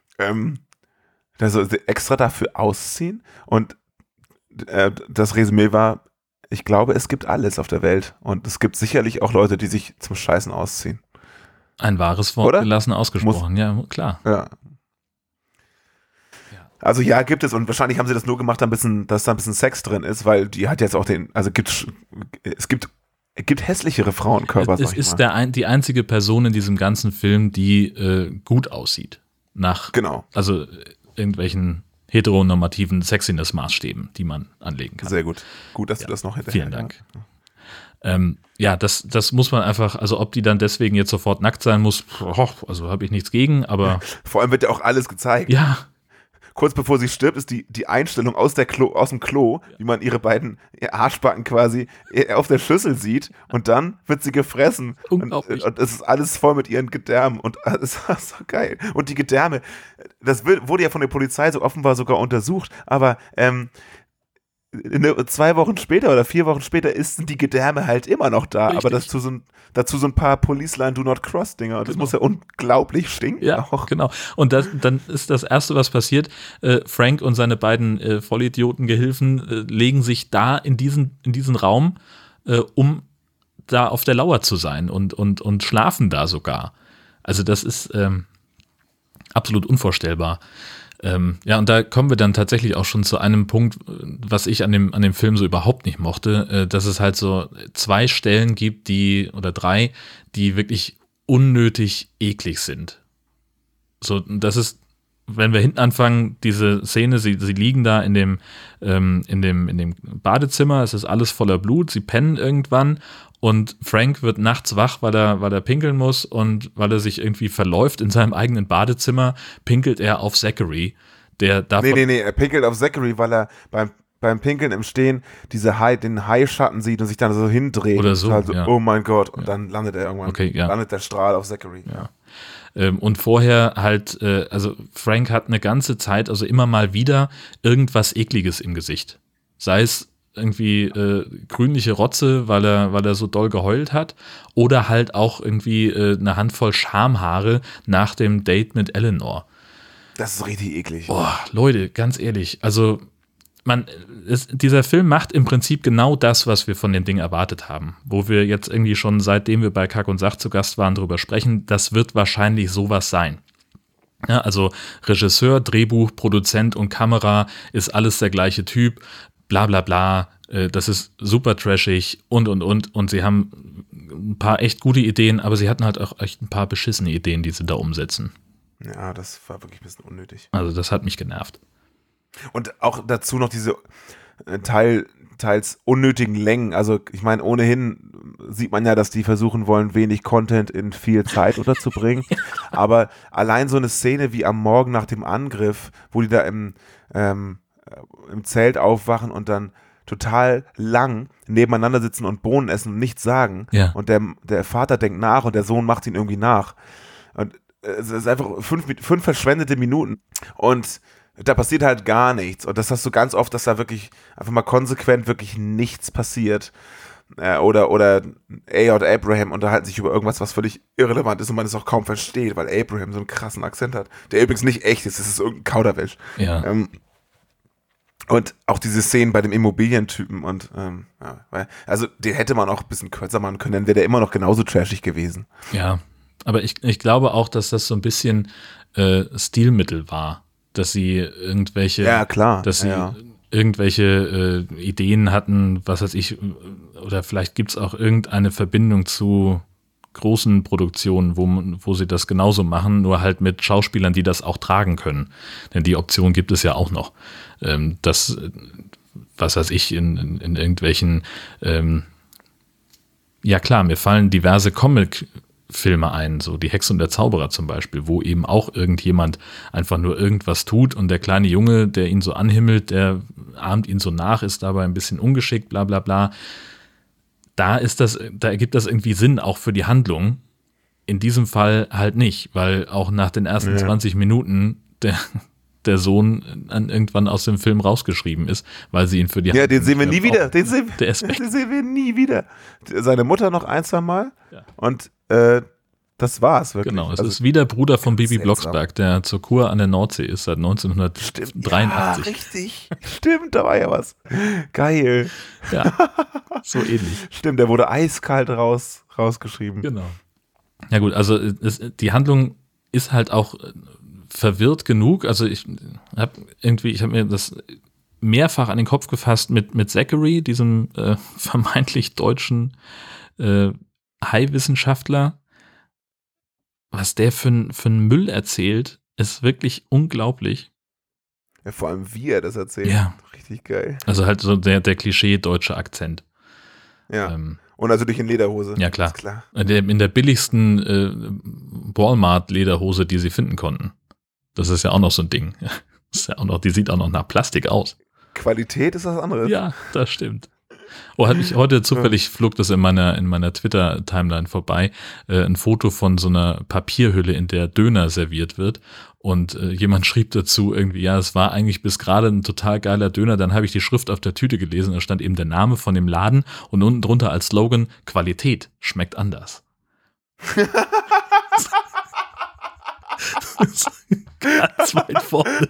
also extra dafür ausziehen und das Resümee war, ich glaube, es gibt alles auf der Welt und es gibt sicherlich auch Leute, die sich zum Scheißen ausziehen. Ein wahres Wort Oder? gelassen ausgesprochen, ja, klar. Ja. Also ja, gibt es und wahrscheinlich haben sie das nur gemacht, dass da ein bisschen Sex drin ist, weil die hat jetzt auch es gibt hässlichere Frauenkörper, Es ist die einzige Person in diesem ganzen Film, die gut aussieht. Genau. Also irgendwelchen heteronormativen Sexiness-Maßstäben, die man anlegen kann. Sehr gut. Gut, dass du das noch hinterher. Vielen Dank. Das muss man einfach, also ob die dann deswegen jetzt sofort nackt sein muss, also habe ich nichts gegen, aber vor allem wird ja auch alles gezeigt. Ja. Kurz bevor sie stirbt, ist die Einstellung aus dem Klo, wie man ihre beiden Arschbacken quasi auf der Schüssel sieht und dann wird sie gefressen. Unglaublich. Und es ist alles voll mit ihren Gedärmen und es war so geil. Und die Gedärme, das wurde ja von der Polizei so offenbar sogar untersucht, aber 2 Wochen später oder 4 Wochen später sind die Gedärme halt immer noch da, Richtig. aber dazu so ein paar Policeline Do Not Cross Dinger und das muss ja unglaublich stinken. Ja, auch. genau. Und dann ist das Erste, was passiert, Frank und seine beiden Vollidioten-Gehilfen legen sich da in diesen Raum, um da auf der Lauer zu sein und schlafen da sogar. Also das ist absolut unvorstellbar. Ja, und da kommen wir dann tatsächlich auch schon zu einem Punkt, was ich an dem Film so überhaupt nicht mochte, dass es halt so 2 Stellen gibt, oder 3, die wirklich unnötig eklig sind. So, das ist, wenn wir hinten anfangen, diese Szene, sie liegen da in dem Badezimmer, es ist alles voller Blut, sie pennen irgendwann und Frank wird nachts wach, weil er pinkeln muss und weil er sich irgendwie verläuft in seinem eigenen Badezimmer, pinkelt er auf Zachary, der davon... Nee, er pinkelt auf Zachary, weil er beim Pinkeln im Stehen den Hai-Schatten sieht und sich dann so hindreht. Oder so, halt ja. Oh mein Gott. Und dann landet er irgendwann, landet der Strahl auf Zachary. Ja. Und vorher halt, also Frank hat eine ganze Zeit, also immer mal wieder irgendwas Ekliges im Gesicht. Sei es irgendwie grünliche Rotze, weil er so doll geheult hat, oder halt auch irgendwie eine Handvoll Schamhaare nach dem Date mit Eleanor. Das ist richtig eklig. Boah, Leute, ganz ehrlich, also dieser Film macht im Prinzip genau das, was wir von dem Ding erwartet haben. Wo wir jetzt irgendwie schon, seitdem wir bei Kack und Sach zu Gast waren, drüber sprechen, das wird wahrscheinlich sowas sein. Ja, also Regisseur, Drehbuch, Produzent und Kamera ist alles der gleiche Typ, bla bla bla, das ist super trashig und sie haben ein paar echt gute Ideen, aber sie hatten halt auch echt ein paar beschissene Ideen, die sie da umsetzen. Ja, das war wirklich ein bisschen unnötig. Also das hat mich genervt. Und auch dazu noch diese teils unnötigen Längen. Also ich meine, ohnehin sieht man ja, dass die versuchen wollen, wenig Content in viel Zeit unterzubringen. Aber allein so eine Szene wie am Morgen nach dem Angriff, wo die da im Zelt aufwachen und dann total lang nebeneinander sitzen und Bohnen essen und nichts sagen. Ja. Und der Vater denkt nach und der Sohn macht ihn irgendwie nach. Und es ist einfach 5 verschwendete Minuten. Und da passiert halt gar nichts. Und das hast du ganz oft, dass da wirklich einfach mal konsequent wirklich nichts passiert. Oder A.J. Abraham unterhalten sich über irgendwas, was völlig irrelevant ist und man es auch kaum versteht, weil Abraham so einen krassen Akzent hat, der übrigens nicht echt ist. Das ist irgendein Kauderwelsch. Ja. Und auch diese Szenen bei dem Immobilientypen und also den hätte man auch ein bisschen kürzer machen können, dann wäre der immer noch genauso trashig gewesen. Ja, aber ich glaube auch, dass das so ein bisschen Stilmittel war. Dass sie irgendwelche, Ideen hatten, was weiß ich, oder vielleicht gibt es auch irgendeine Verbindung zu großen Produktionen, wo sie das genauso machen, nur halt mit Schauspielern, die das auch tragen können. Denn die Option gibt es ja auch noch. Dass, was weiß ich, in irgendwelchen, ja klar, mir fallen diverse Comic-Filme ein, so die Hexe und der Zauberer zum Beispiel, wo eben auch irgendjemand einfach nur irgendwas tut und der kleine Junge, der ihn so anhimmelt, der ahmt ihn so nach, ist dabei ein bisschen ungeschickt, bla bla bla. Da ergibt das irgendwie Sinn, auch für die Handlung. In diesem Fall halt nicht, weil auch nach den ersten 20 Minuten der Sohn irgendwann aus dem Film rausgeschrieben ist, weil sie ihn für die Handlung... Ja, den sehen wir nie wieder. Den sehen wir nie wieder. Seine Mutter noch 1-2 Mal und das war's wirklich. Genau, es ist wie der Bruder von Bibi Blocksberg, der zur Kur an der Nordsee ist seit 1983. Stimmt, ja, richtig. Stimmt, da war ja was. Geil. Ja, so ähnlich. Stimmt, der wurde eiskalt rausgeschrieben. Genau. Ja gut, also die Handlung ist halt auch verwirrt genug. Also ich habe mir das mehrfach an den Kopf gefasst mit Zachary, diesem vermeintlich deutschen Hai-Wissenschaftler. Was der für einen Müll erzählt, ist wirklich unglaublich. Ja, vor allem wie er das erzählt. Ja. Richtig geil. Also halt so der Klischee-deutsche Akzent. Ja. Und natürlich in Lederhose. Ja, klar. Ist klar. In der billigsten Walmart-Lederhose, die sie finden konnten. Das ist ja auch noch so ein Ding. Das ist ja auch noch, die sieht auch noch nach Plastik aus. Qualität ist was anderes. Ja, das stimmt. Oh, hat mich heute zufällig, flog das in meiner Twitter-Timeline vorbei, ein Foto von so einer Papierhülle, in der Döner serviert wird. Und jemand schrieb dazu irgendwie, ja, es war eigentlich bis gerade ein total geiler Döner. Dann habe ich die Schrift auf der Tüte gelesen, da stand eben der Name von dem Laden und unten drunter als Slogan: Qualität schmeckt anders. Ganz weit vorne.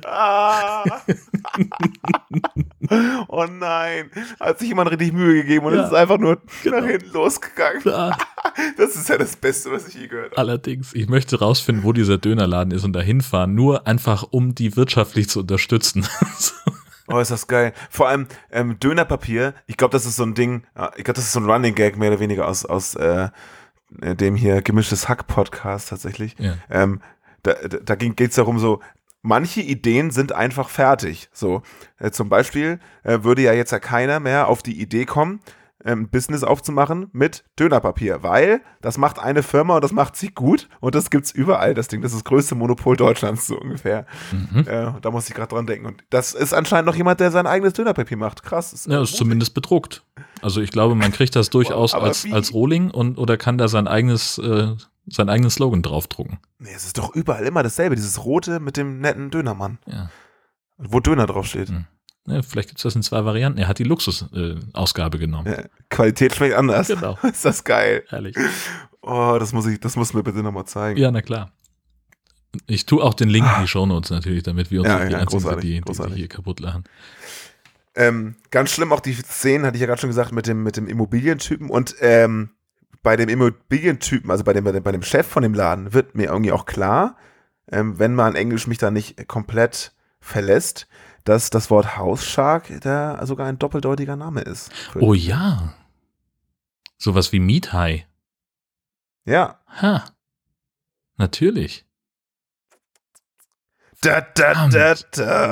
Oh nein, hat sich jemand richtig Mühe gegeben und es ist einfach nur nach hinten losgegangen. Klar. Das ist ja das Beste, was ich je gehört habe. Allerdings, ich möchte rausfinden, wo dieser Dönerladen ist und dahin fahren, nur einfach, um die wirtschaftlich zu unterstützen. Oh, ist das geil. Vor allem Dönerpapier, ich glaube, das ist so ein Ding, ich glaube, das ist so ein Running Gag mehr oder weniger aus dem hier Gemischtes Hack-Podcast tatsächlich. Ja. Da geht's darum, so, manche Ideen sind einfach fertig. So, zum Beispiel würde ja jetzt ja keiner mehr auf die Idee kommen, ein Business aufzumachen mit Dönerpapier, weil das macht eine Firma und das macht sie gut und das gibt's überall, das Ding. Das ist das größte Monopol Deutschlands, so ungefähr. Da muss ich gerade dran denken. Und das ist anscheinend noch jemand, der sein eigenes Dönerpapier macht. Krass. Ist zumindest bedruckt. Also ich glaube, man kriegt das durchaus als Rohling oder kann da sein eigenes Slogan draufdrucken. Nee, es ist doch überall immer dasselbe, dieses rote mit dem netten Dönermann. Ja. Wo Döner draufsteht. Ja, vielleicht gibt es das in 2 Varianten. Er hat die Luxus-Ausgabe genommen. Ja, Qualität schmeckt anders. Genau. Ist das geil. Herrlich. Oh, das muss mir bitte nochmal zeigen. Ja, na klar. Ich tue auch den Link in die Shownotes natürlich, damit wir uns nicht die Einzigen sind, die hier kaputt lachen. Ganz schlimm auch die Szenen, hatte ich ja gerade schon gesagt, mit dem Immobilientypen und bei dem Immobilientypen, also bei dem Chef von dem Laden, wird mir irgendwie auch klar, wenn man Englisch mich da nicht komplett verlässt, dass das Wort House Shark da sogar ein doppeldeutiger Name ist. Oh ja. Sowas wie Meat High. Ja. Ha. Natürlich. Das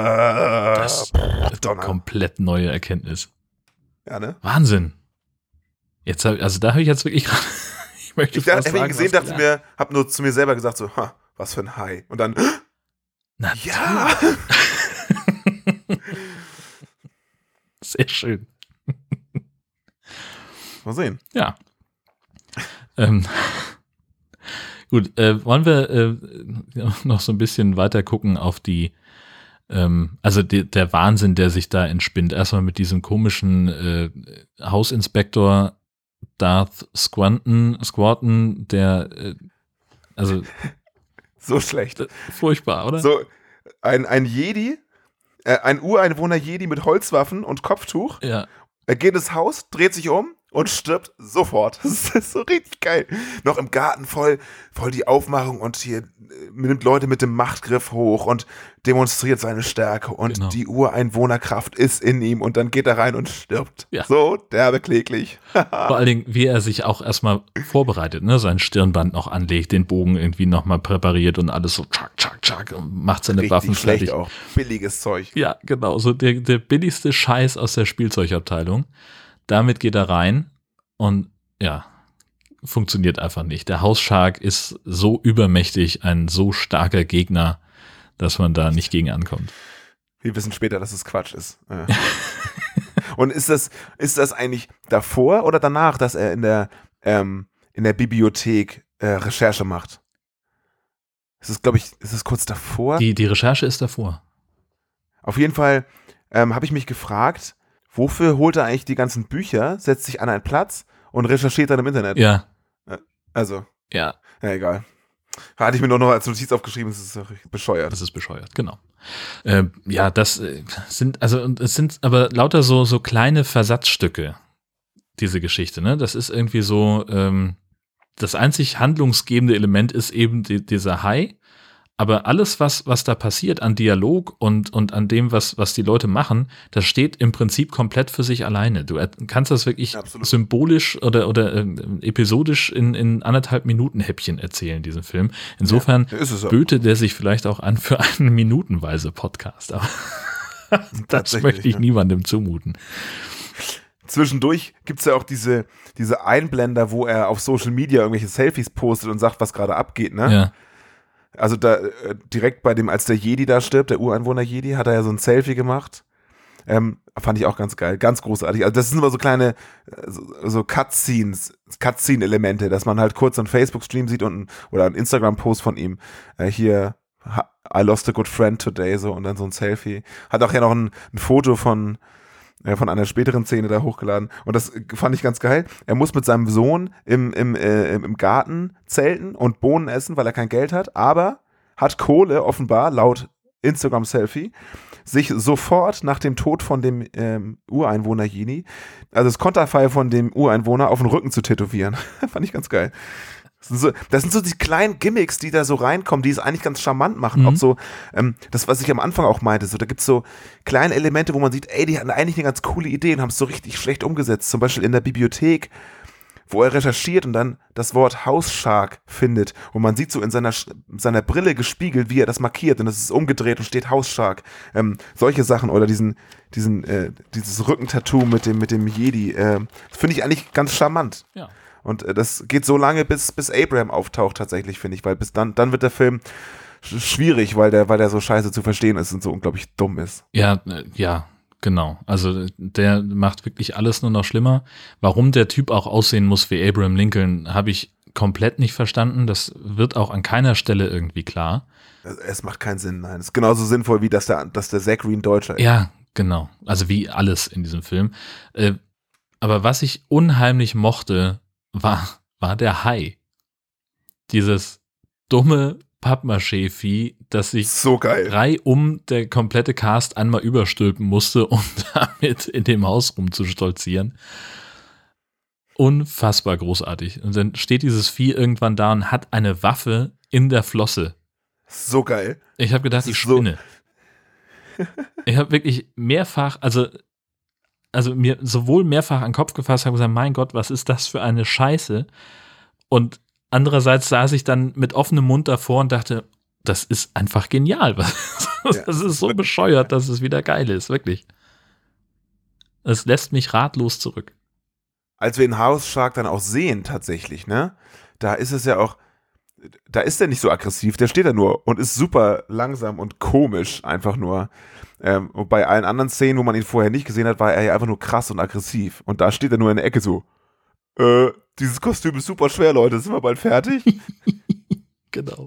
ist komplett neue Erkenntnis. Ja, ne? Wahnsinn. Da habe ich jetzt wirklich gerade. Ich möchte fast sagen, gesehen, dachte mir, hab nur zu mir selber gesagt, so, was für ein Hai. Und dann, ja! Sehr schön. Mal sehen. Ja. Gut, wollen wir noch so ein bisschen weiter gucken auf die, der Wahnsinn, der sich da entspinnt. Erstmal mit diesem komischen Hausinspektor Darth Squanton, der, so schlecht. Furchtbar, oder? So, ein Jedi, ein Ureinwohner Jedi mit Holzwaffen und Kopftuch. Ja. Er geht ins Haus, dreht sich um und stirbt sofort. Das ist so richtig geil. Noch im Garten voll die Aufmachung und hier nimmt Leute mit dem Machtgriff hoch und demonstriert seine Stärke und die Ureinwohnerkraft ist in ihm und dann geht er rein und stirbt. Ja. So derbe kläglich. Vor allen Dingen, wie er sich auch erstmal vorbereitet, ne? Sein Stirnband noch anlegt, den Bogen irgendwie nochmal präpariert und alles so tschak und macht seine richtig Waffen schlecht fertig. Auch. Billiges Zeug. Ja, genau. So der billigste Scheiß aus der Spielzeugabteilung. Damit geht er rein und ja, funktioniert einfach nicht. Der House Shark ist so übermächtig, ein so starker Gegner, dass man da nicht gegen ankommt. Wir wissen später, dass es Quatsch ist. Ja. Und ist das eigentlich davor oder danach, dass er in der Bibliothek Recherche macht? Ist es kurz davor? Die Recherche ist davor. Auf jeden Fall habe ich mich gefragt, wofür holt er eigentlich die ganzen Bücher, setzt sich an einen Platz und recherchiert dann im Internet? Ja. Also. Ja. Ja, egal. Hatte ich mir noch als Notiz aufgeschrieben, das ist bescheuert. Das ist bescheuert, genau. Das sind aber lauter so kleine Versatzstücke, diese Geschichte, ne? Das ist irgendwie so, das einzig handlungsgebende Element ist eben dieser Hai. Aber alles, was da passiert an Dialog und an dem, was die Leute machen, das steht im Prinzip komplett für sich alleine. Du kannst das wirklich symbolisch oder episodisch in 1,5 Minuten Häppchen erzählen, diesen Film. Insofern böte der sich vielleicht auch an für einen minutenweise Podcast. Aber das möchte ich niemandem zumuten. Zwischendurch gibt es ja auch diese Einblender, wo er auf Social Media irgendwelche Selfies postet und sagt, was gerade abgeht, ne? Ja. Also da direkt als der Jedi da stirbt, der Ureinwohner Jedi, hat er ja so ein Selfie gemacht. Fand ich auch ganz geil, ganz großartig. Also das sind immer so kleine so Cutscene-Elemente, dass man halt kurz einen Facebook-Stream sieht oder einen Instagram-Post von ihm. Hier, I lost a good friend today, so, und dann so ein Selfie. Hat auch ja noch ein Foto von einer späteren Szene da hochgeladen. Und das fand ich ganz geil. Er muss mit seinem Sohn im Garten zelten und Bohnen essen, weil er kein Geld hat, aber hat Kohle, offenbar, laut Instagram-Selfie, sich sofort nach dem Tod von dem Ureinwohner Jedi, also das Konterfei von dem Ureinwohner, auf den Rücken zu tätowieren. Fand ich ganz geil. Das sind so die kleinen Gimmicks, die da so reinkommen, die es eigentlich ganz charmant machen. Auch so, das, was ich am Anfang auch meinte, so, da gibt es so kleine Elemente, wo man sieht, ey, die hatten eigentlich eine ganz coole Idee und haben es so richtig schlecht umgesetzt. Zum Beispiel in der Bibliothek, wo er recherchiert und dann das Wort House Shark findet und man sieht so in seiner Brille gespiegelt, wie er das markiert und es ist umgedreht und steht House Shark. Solche Sachen oder dieses Rückentattoo mit dem Jedi, finde ich eigentlich ganz charmant. Ja. Und das geht so lange, bis Abraham auftaucht tatsächlich, finde ich, weil bis dann wird der Film schwierig, weil der so scheiße zu verstehen ist und so unglaublich dumm ist. Ja, genau. Also der macht wirklich alles nur noch schlimmer. Warum der Typ auch aussehen muss wie Abraham Lincoln, habe ich komplett nicht verstanden. Das wird auch an keiner Stelle irgendwie klar. Es macht keinen Sinn, nein. Es ist genauso sinnvoll, wie dass der Zachary ein Deutscher ist. Ja, genau. Also wie alles in diesem Film. Aber was ich unheimlich mochte, war der Hai. Dieses dumme Pappmaché-Vieh, das sich so geil. reihum der komplette Cast einmal überstülpen musste, um damit in dem Haus rumzustolzieren. Unfassbar großartig. Und dann steht dieses Vieh irgendwann da und hat eine Waffe in der Flosse. So geil. Ich habe gedacht, ich spinne. Ich habe wirklich mehrfach, also mir sowohl mehrfach an den Kopf gefasst, habe gesagt, mein Gott, was ist das für eine Scheiße? Und andererseits saß ich dann mit offenem Mund davor und dachte, das ist einfach genial. Das ist so bescheuert, dass es wieder geil ist, wirklich. Es lässt mich ratlos zurück. Als wir den House Shark dann auch sehen tatsächlich, ne, da ist es ja auch, da ist der nicht so aggressiv, der steht da nur und ist super langsam und komisch einfach nur. Und bei allen anderen Szenen, wo man ihn vorher nicht gesehen hat, war er ja einfach nur krass und aggressiv. Und da steht er nur in der Ecke so, dieses Kostüm ist super schwer, Leute, sind wir bald fertig? Genau.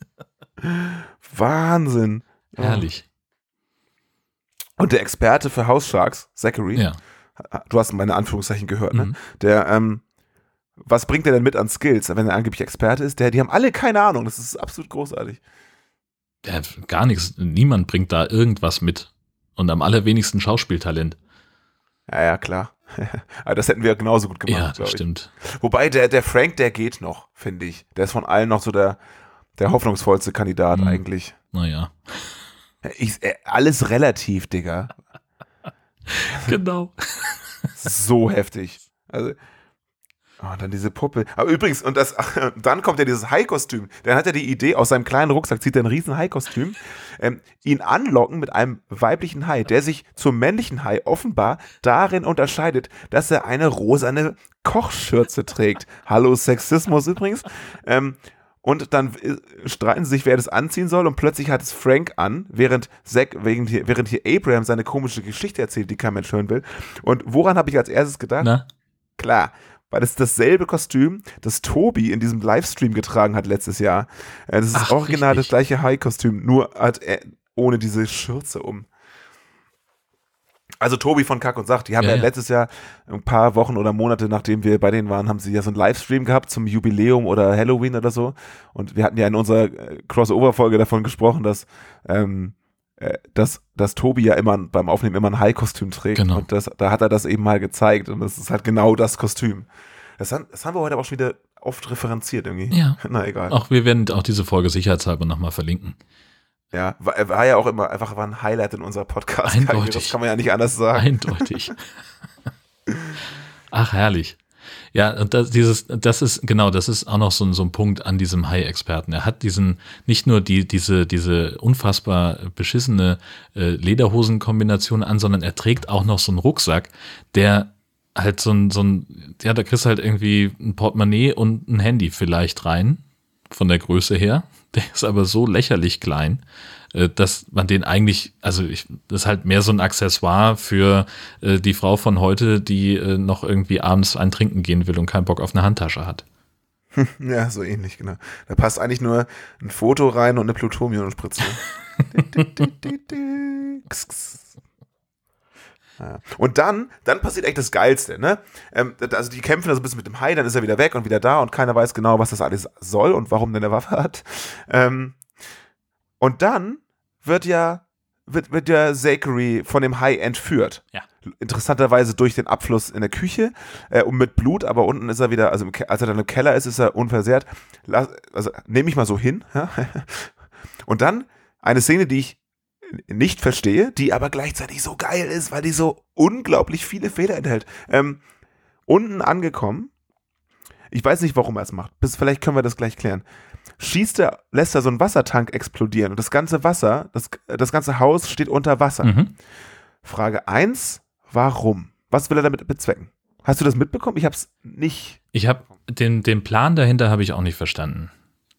Wahnsinn. Herrlich. Und der Experte für House Sharks, Zachary, Ja. Du hast meine Anführungszeichen gehört, ne? Mhm. Der, was bringt er denn mit an Skills, wenn er angeblich Experte ist? Die haben alle keine Ahnung, das ist absolut großartig. Der hat gar nichts, niemand bringt da irgendwas mit. Und am allerwenigsten Schauspieltalent. Ja, klar. Aber das hätten wir genauso gut gemacht, Ja, glaube ich. stimmt. Wobei, der Frank, der geht noch, finde ich. Der ist von allen noch so der hoffnungsvollste Kandidat eigentlich. Naja. Alles relativ, Digga. Genau. So heftig. Also, dann diese Puppe. Aber übrigens, dann kommt ja dieses Hai-Kostüm. Dann hat er die Idee, aus seinem kleinen Rucksack zieht er ein riesen Hai-Kostüm, ihn anlocken mit einem weiblichen Hai, der sich zum männlichen Hai offenbar darin unterscheidet, dass er eine rosane Kochschürze trägt. Hallo Sexismus übrigens. Und dann streiten sie sich, wer das anziehen soll und plötzlich hat es Frank an, während hier Abraham seine komische Geschichte erzählt, die kein Mensch hören will. Und woran habe ich als erstes gedacht? Na? Klar, weil es dasselbe Kostüm, das Tobi in diesem Livestream getragen hat letztes Jahr. Das ist original das gleiche Hai-Kostüm, nur hat er ohne diese Schürze um. Also Tobi von Kack und Sach, die haben ja letztes Jahr, ein paar Wochen oder Monate, nachdem wir bei denen waren, haben sie ja so einen Livestream gehabt zum Jubiläum oder Halloween oder so. Und wir hatten ja in unserer Crossover-Folge davon gesprochen, dass Tobi ja immer beim Aufnehmen immer ein Hai-Kostüm trägt. Genau. Und da hat er das eben mal gezeigt. Und das ist halt genau das Kostüm. Das haben wir heute aber auch schon wieder oft referenziert irgendwie. Ja. Na egal. Auch wir werden auch diese Folge sicherheitshalber nochmal verlinken. Ja, war ja auch immer einfach ein Highlight in unserer Podcast. Eindeutig. Das kann man ja nicht anders sagen. Eindeutig. Ach, herrlich. Ja, und das ist auch noch so ein Punkt an diesem Hai-Experten. Er hat nicht nur diese unfassbar beschissene Lederhosen-Kombination an, sondern er trägt auch noch so einen Rucksack, der halt da kriegst du halt irgendwie ein Portemonnaie und ein Handy vielleicht rein, von der Größe her. Der ist aber so lächerlich klein, dass man den eigentlich, das ist halt mehr so ein Accessoire für die Frau von heute, die noch irgendwie abends ein Trinken gehen will und keinen Bock auf eine Handtasche hat. Ja, so ähnlich, genau. Da passt eigentlich nur ein Foto rein und eine Plutoniumspritze. Ja. Und dann passiert echt das Geilste, ne? Also die kämpfen da so ein bisschen mit dem Hai, dann ist er wieder weg und wieder da und keiner weiß genau, was das alles soll und warum der eine Waffe hat. Und dann wird ja Zachary von dem Hai entführt. Ja. Interessanterweise durch den Abfluss in der Küche und mit Blut, aber unten ist er wieder, also als er dann im Keller ist er unversehrt. Also nehme ich mal so hin. Ja? Und dann eine Szene, die ich nicht verstehe, die aber gleichzeitig so geil ist, weil die so unglaublich viele Fehler enthält. Unten angekommen, ich weiß nicht, warum er es macht. Vielleicht können wir das gleich klären. Lässt er so einen Wassertank explodieren und das ganze Wasser, das ganze Haus steht unter Wasser. Frage 1, warum? Was will er damit bezwecken? Hast du das mitbekommen? Ich habe es nicht. Ich habe den Plan dahinter habe ich auch nicht verstanden.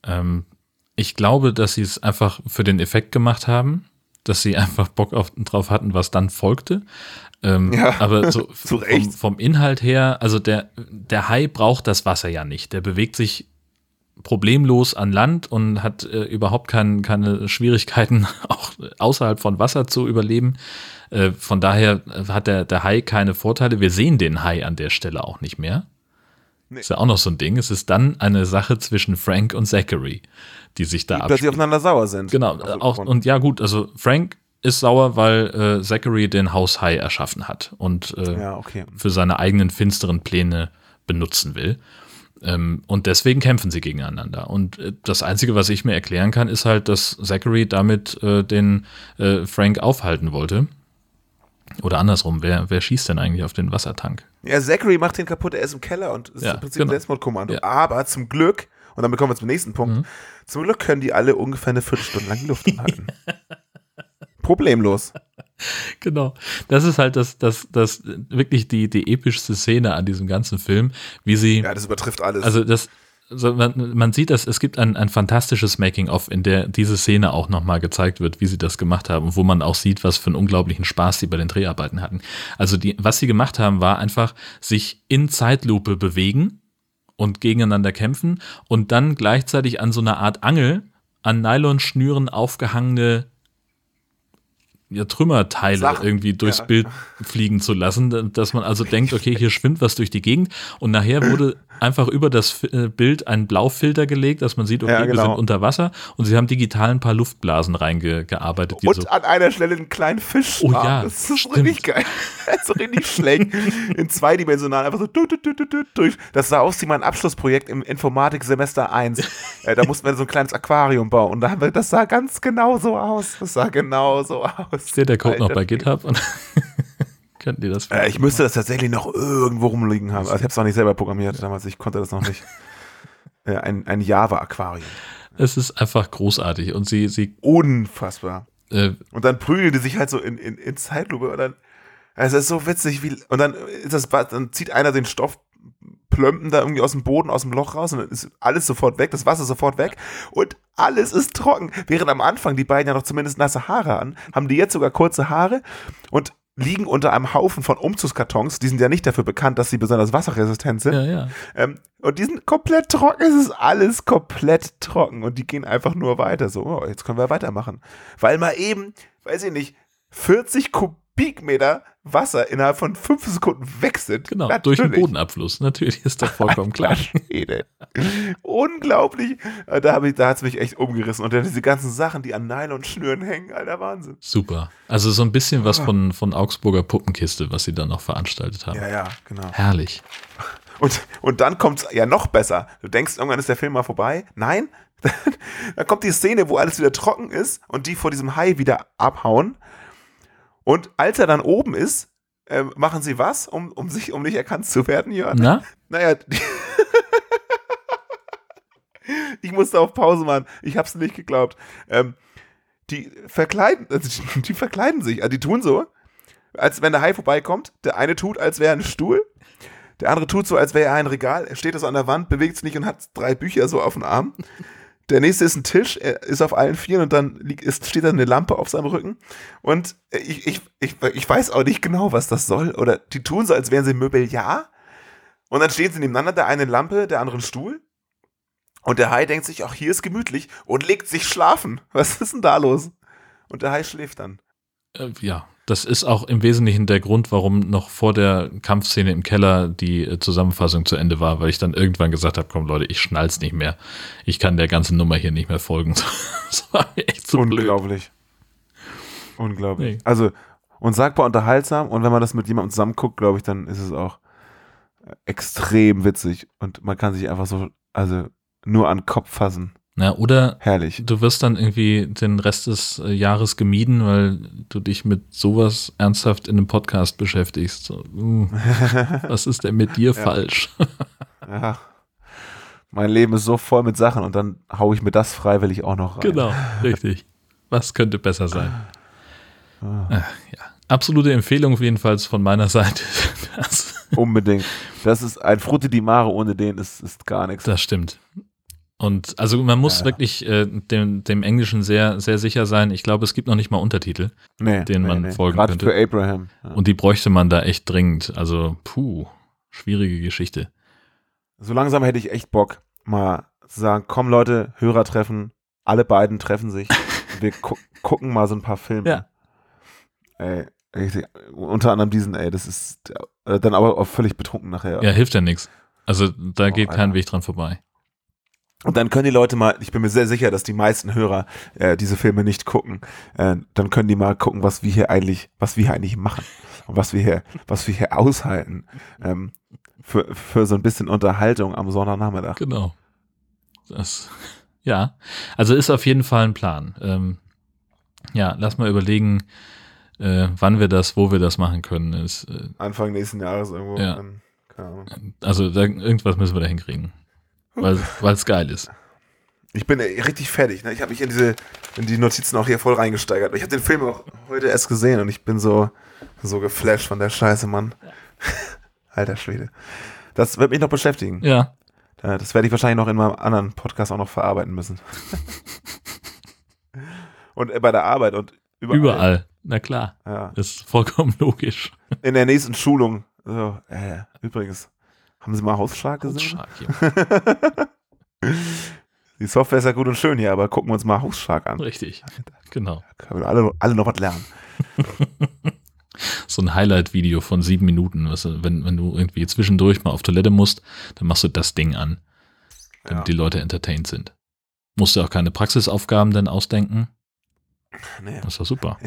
Ich glaube, dass sie es einfach für den Effekt gemacht haben, dass sie einfach Bock drauf hatten, was dann folgte. Aber so vom Inhalt her, also der Hai braucht das Wasser ja nicht. Der bewegt sich problemlos an Land und hat überhaupt keine Schwierigkeiten, auch außerhalb von Wasser zu überleben. Von daher hat der Hai keine Vorteile. Wir sehen den Hai an der Stelle auch nicht mehr. Nee. Ist ja auch noch so ein Ding. Es ist dann eine Sache zwischen Frank und Zachary, die sich da abspielen. Dass sie aufeinander sauer sind. Genau. Und ja gut, also Frank ist sauer, weil Zachary den Haushai erschaffen hat und für seine eigenen finsteren Pläne benutzen will. Und deswegen kämpfen sie gegeneinander. Und das Einzige, was ich mir erklären kann, ist halt, dass Zachary damit den Frank aufhalten wollte. Oder andersrum, wer schießt denn eigentlich auf den Wassertank? Ja, Zachary macht den kaputt, er ist im Keller und ist im Prinzip ein Selbstmordkommando. Ja. Aber zum Glück, und dann kommen wir zum nächsten Punkt, zum Glück können die alle ungefähr eine Viertelstunde lang die Luft anhalten. Problemlos. Genau. Das ist halt das wirklich die epischste Szene an diesem ganzen Film, wie sie. Ja, das übertrifft alles. Also man sieht, dass es gibt ein fantastisches Making-of, in der diese Szene auch nochmal gezeigt wird, wie sie das gemacht haben, wo man auch sieht, was für einen unglaublichen Spaß sie bei den Dreharbeiten hatten. Also was sie gemacht haben, war einfach sich in Zeitlupe bewegen und gegeneinander kämpfen und dann gleichzeitig an so einer Art Angel an Nylonschnüren aufgehangene Trümmerteile irgendwie durchs Bild fliegen zu lassen, dass man also denkt, okay, hier schwimmt was durch die Gegend und nachher wurde einfach über das Bild ein Blaufilter gelegt, dass man sieht, okay, wir sind unter Wasser und sie haben digital ein paar Luftblasen reingearbeitet. Und an einer Stelle einen kleinen Fisch. Oh ja, das ist richtig geil. Das ist so richtig schlecht. In zweidimensional einfach so durch. Das sah aus wie mein Abschlussprojekt im Informatik-Semester 1. Da mussten wir so ein kleines Aquarium bauen und das sah ganz genau so aus. Steht der Code noch bei GitHub und könnten die das ich müsste das tatsächlich noch irgendwo rumliegen haben. Also ich habe es noch nicht selber programmiert damals, ich konnte das noch nicht. Ein Java-Aquarium. Es ist einfach großartig und sie unfassbar. Und dann prügeln die sich halt so in Zeitlupe und dann, es ist so witzig, und dann zieht einer den Stoffplömpen da irgendwie aus dem Boden, aus dem Loch raus und dann ist alles sofort weg, das Wasser ist sofort weg und alles ist trocken. Während am Anfang die beiden ja noch zumindest nasse Haare an, haben die jetzt sogar kurze Haare und liegen unter einem Haufen von Umzugskartons. Die sind ja nicht dafür bekannt, dass sie besonders wasserresistent sind. Ja. Und die sind komplett trocken. Es ist alles komplett trocken. Und die gehen einfach nur weiter. So, jetzt können wir weitermachen. Weil mal eben, weiß ich nicht, 40 Kubikmeter Wasser innerhalb von 5 Sekunden weg sind. Genau, natürlich. Durch den Bodenabfluss. Natürlich ist das vollkommen klar. Unglaublich. Da hat es mich echt umgerissen. Und dann diese ganzen Sachen, die an Nylon-Schnüren hängen, alter Wahnsinn. Super. Also so ein bisschen was von Augsburger Puppenkiste, was sie da noch veranstaltet haben. Ja, genau. Herrlich. Und dann kommt es ja noch besser. Du denkst, irgendwann ist der Film mal vorbei. Nein, dann kommt die Szene, wo alles wieder trocken ist und die vor diesem Hai wieder abhauen. Und als er dann oben ist, machen sie was, um nicht erkannt zu werden, Jörn? Na? Naja, ich musste auf Pause machen. Ich hab's nicht geglaubt. Die verkleiden sich. Also die tun so, als wenn der Hai vorbeikommt. Der eine tut, als wäre ein Stuhl. Der andere tut so, als wäre er ein Regal. Er steht so an der Wand, bewegt sich nicht und hat 3 Bücher so auf dem Arm. Der nächste ist ein Tisch, er ist auf allen Vieren und dann steht da eine Lampe auf seinem Rücken. Und ich weiß auch nicht genau, was das soll. Oder die tun so, als wären sie Mobiliar. Und dann stehen sie nebeneinander, der eine Lampe, der andere einen Stuhl. Und der Hai denkt sich, ach, hier ist gemütlich und legt sich schlafen. Was ist denn da los? Und der Hai schläft dann. Ja, das ist auch im Wesentlichen der Grund, warum noch vor der Kampfszene im Keller die Zusammenfassung zu Ende war, weil ich dann irgendwann gesagt habe, komm Leute, ich schnall's nicht mehr. Ich kann der ganzen Nummer hier nicht mehr folgen. Das war mir echt so unglaublich. Blöd. Unglaublich. Nee. Also unsagbar unterhaltsam und wenn man das mit jemandem zusammen guckt, glaube ich, dann ist es auch extrem witzig und man kann sich einfach so, also nur an den Kopf fassen. Na, oder herrlich. Du wirst dann irgendwie den Rest des Jahres gemieden, weil du dich mit sowas ernsthaft in einem Podcast beschäftigst. So, was ist denn mit dir falsch? Ja. Mein Leben ist so voll mit Sachen und dann haue ich mir das freiwillig auch noch rein. Genau, richtig. Was könnte besser sein? Ja. Absolute Empfehlung jedenfalls von meiner Seite. Unbedingt. Das ist ein Frutti di Mare, ohne den ist gar nichts. Das stimmt. Und also man muss wirklich dem Englischen sehr, sehr sicher sein. Ich glaube, es gibt noch nicht mal Untertitel, denen man folgen Gerade könnte. für Abraham. Ja. Und die bräuchte man da echt dringend. Also, schwierige Geschichte. So langsam hätte ich echt Bock, mal zu sagen, komm Leute, Hörer treffen, alle beiden treffen sich. Wir gucken mal so ein paar Filme. Ja. Ey, unter anderem diesen, das ist dann aber auch völlig betrunken nachher. Ja, hilft ja nichts. Also da geht kein Weg dran vorbei. Und dann können die Leute mal, ich bin mir sehr sicher, dass die meisten Hörer diese Filme nicht gucken, dann können die mal gucken, was wir hier eigentlich machen und was wir hier aushalten für so ein bisschen Unterhaltung am Sonntagnachmittag. Genau. Also ist auf jeden Fall ein Plan. Lass mal überlegen, wann wir wo wir das machen können. Anfang nächsten Jahres irgendwo. Ja. Dann, keine Ahnung. Also irgendwas müssen wir da hinkriegen. Weil es geil ist. Ich bin richtig fertig. Ne? Ich habe mich in die Notizen auch hier voll reingesteigert. Ich habe den Film auch heute erst gesehen und ich bin so geflasht von der Scheiße, Mann. Alter Schwede. Das wird mich noch beschäftigen. Ja. Das werde ich wahrscheinlich noch in meinem anderen Podcast auch noch verarbeiten müssen. Und bei der Arbeit und überall. Na klar. Ja. Ist vollkommen logisch. In der nächsten Schulung. So, übrigens, haben Sie mal Hausschlag gesehen? Die Software ist ja gut und schön hier, aber gucken wir uns mal Hausschlag an. Richtig, genau. Da können wir alle noch was lernen. So ein Highlight-Video von 7 Minuten. Wenn du irgendwie zwischendurch mal auf Toilette musst, dann machst du das Ding an, damit die Leute entertained sind. Musst du auch keine Praxisaufgaben dann ausdenken. Nee. Das ist doch super.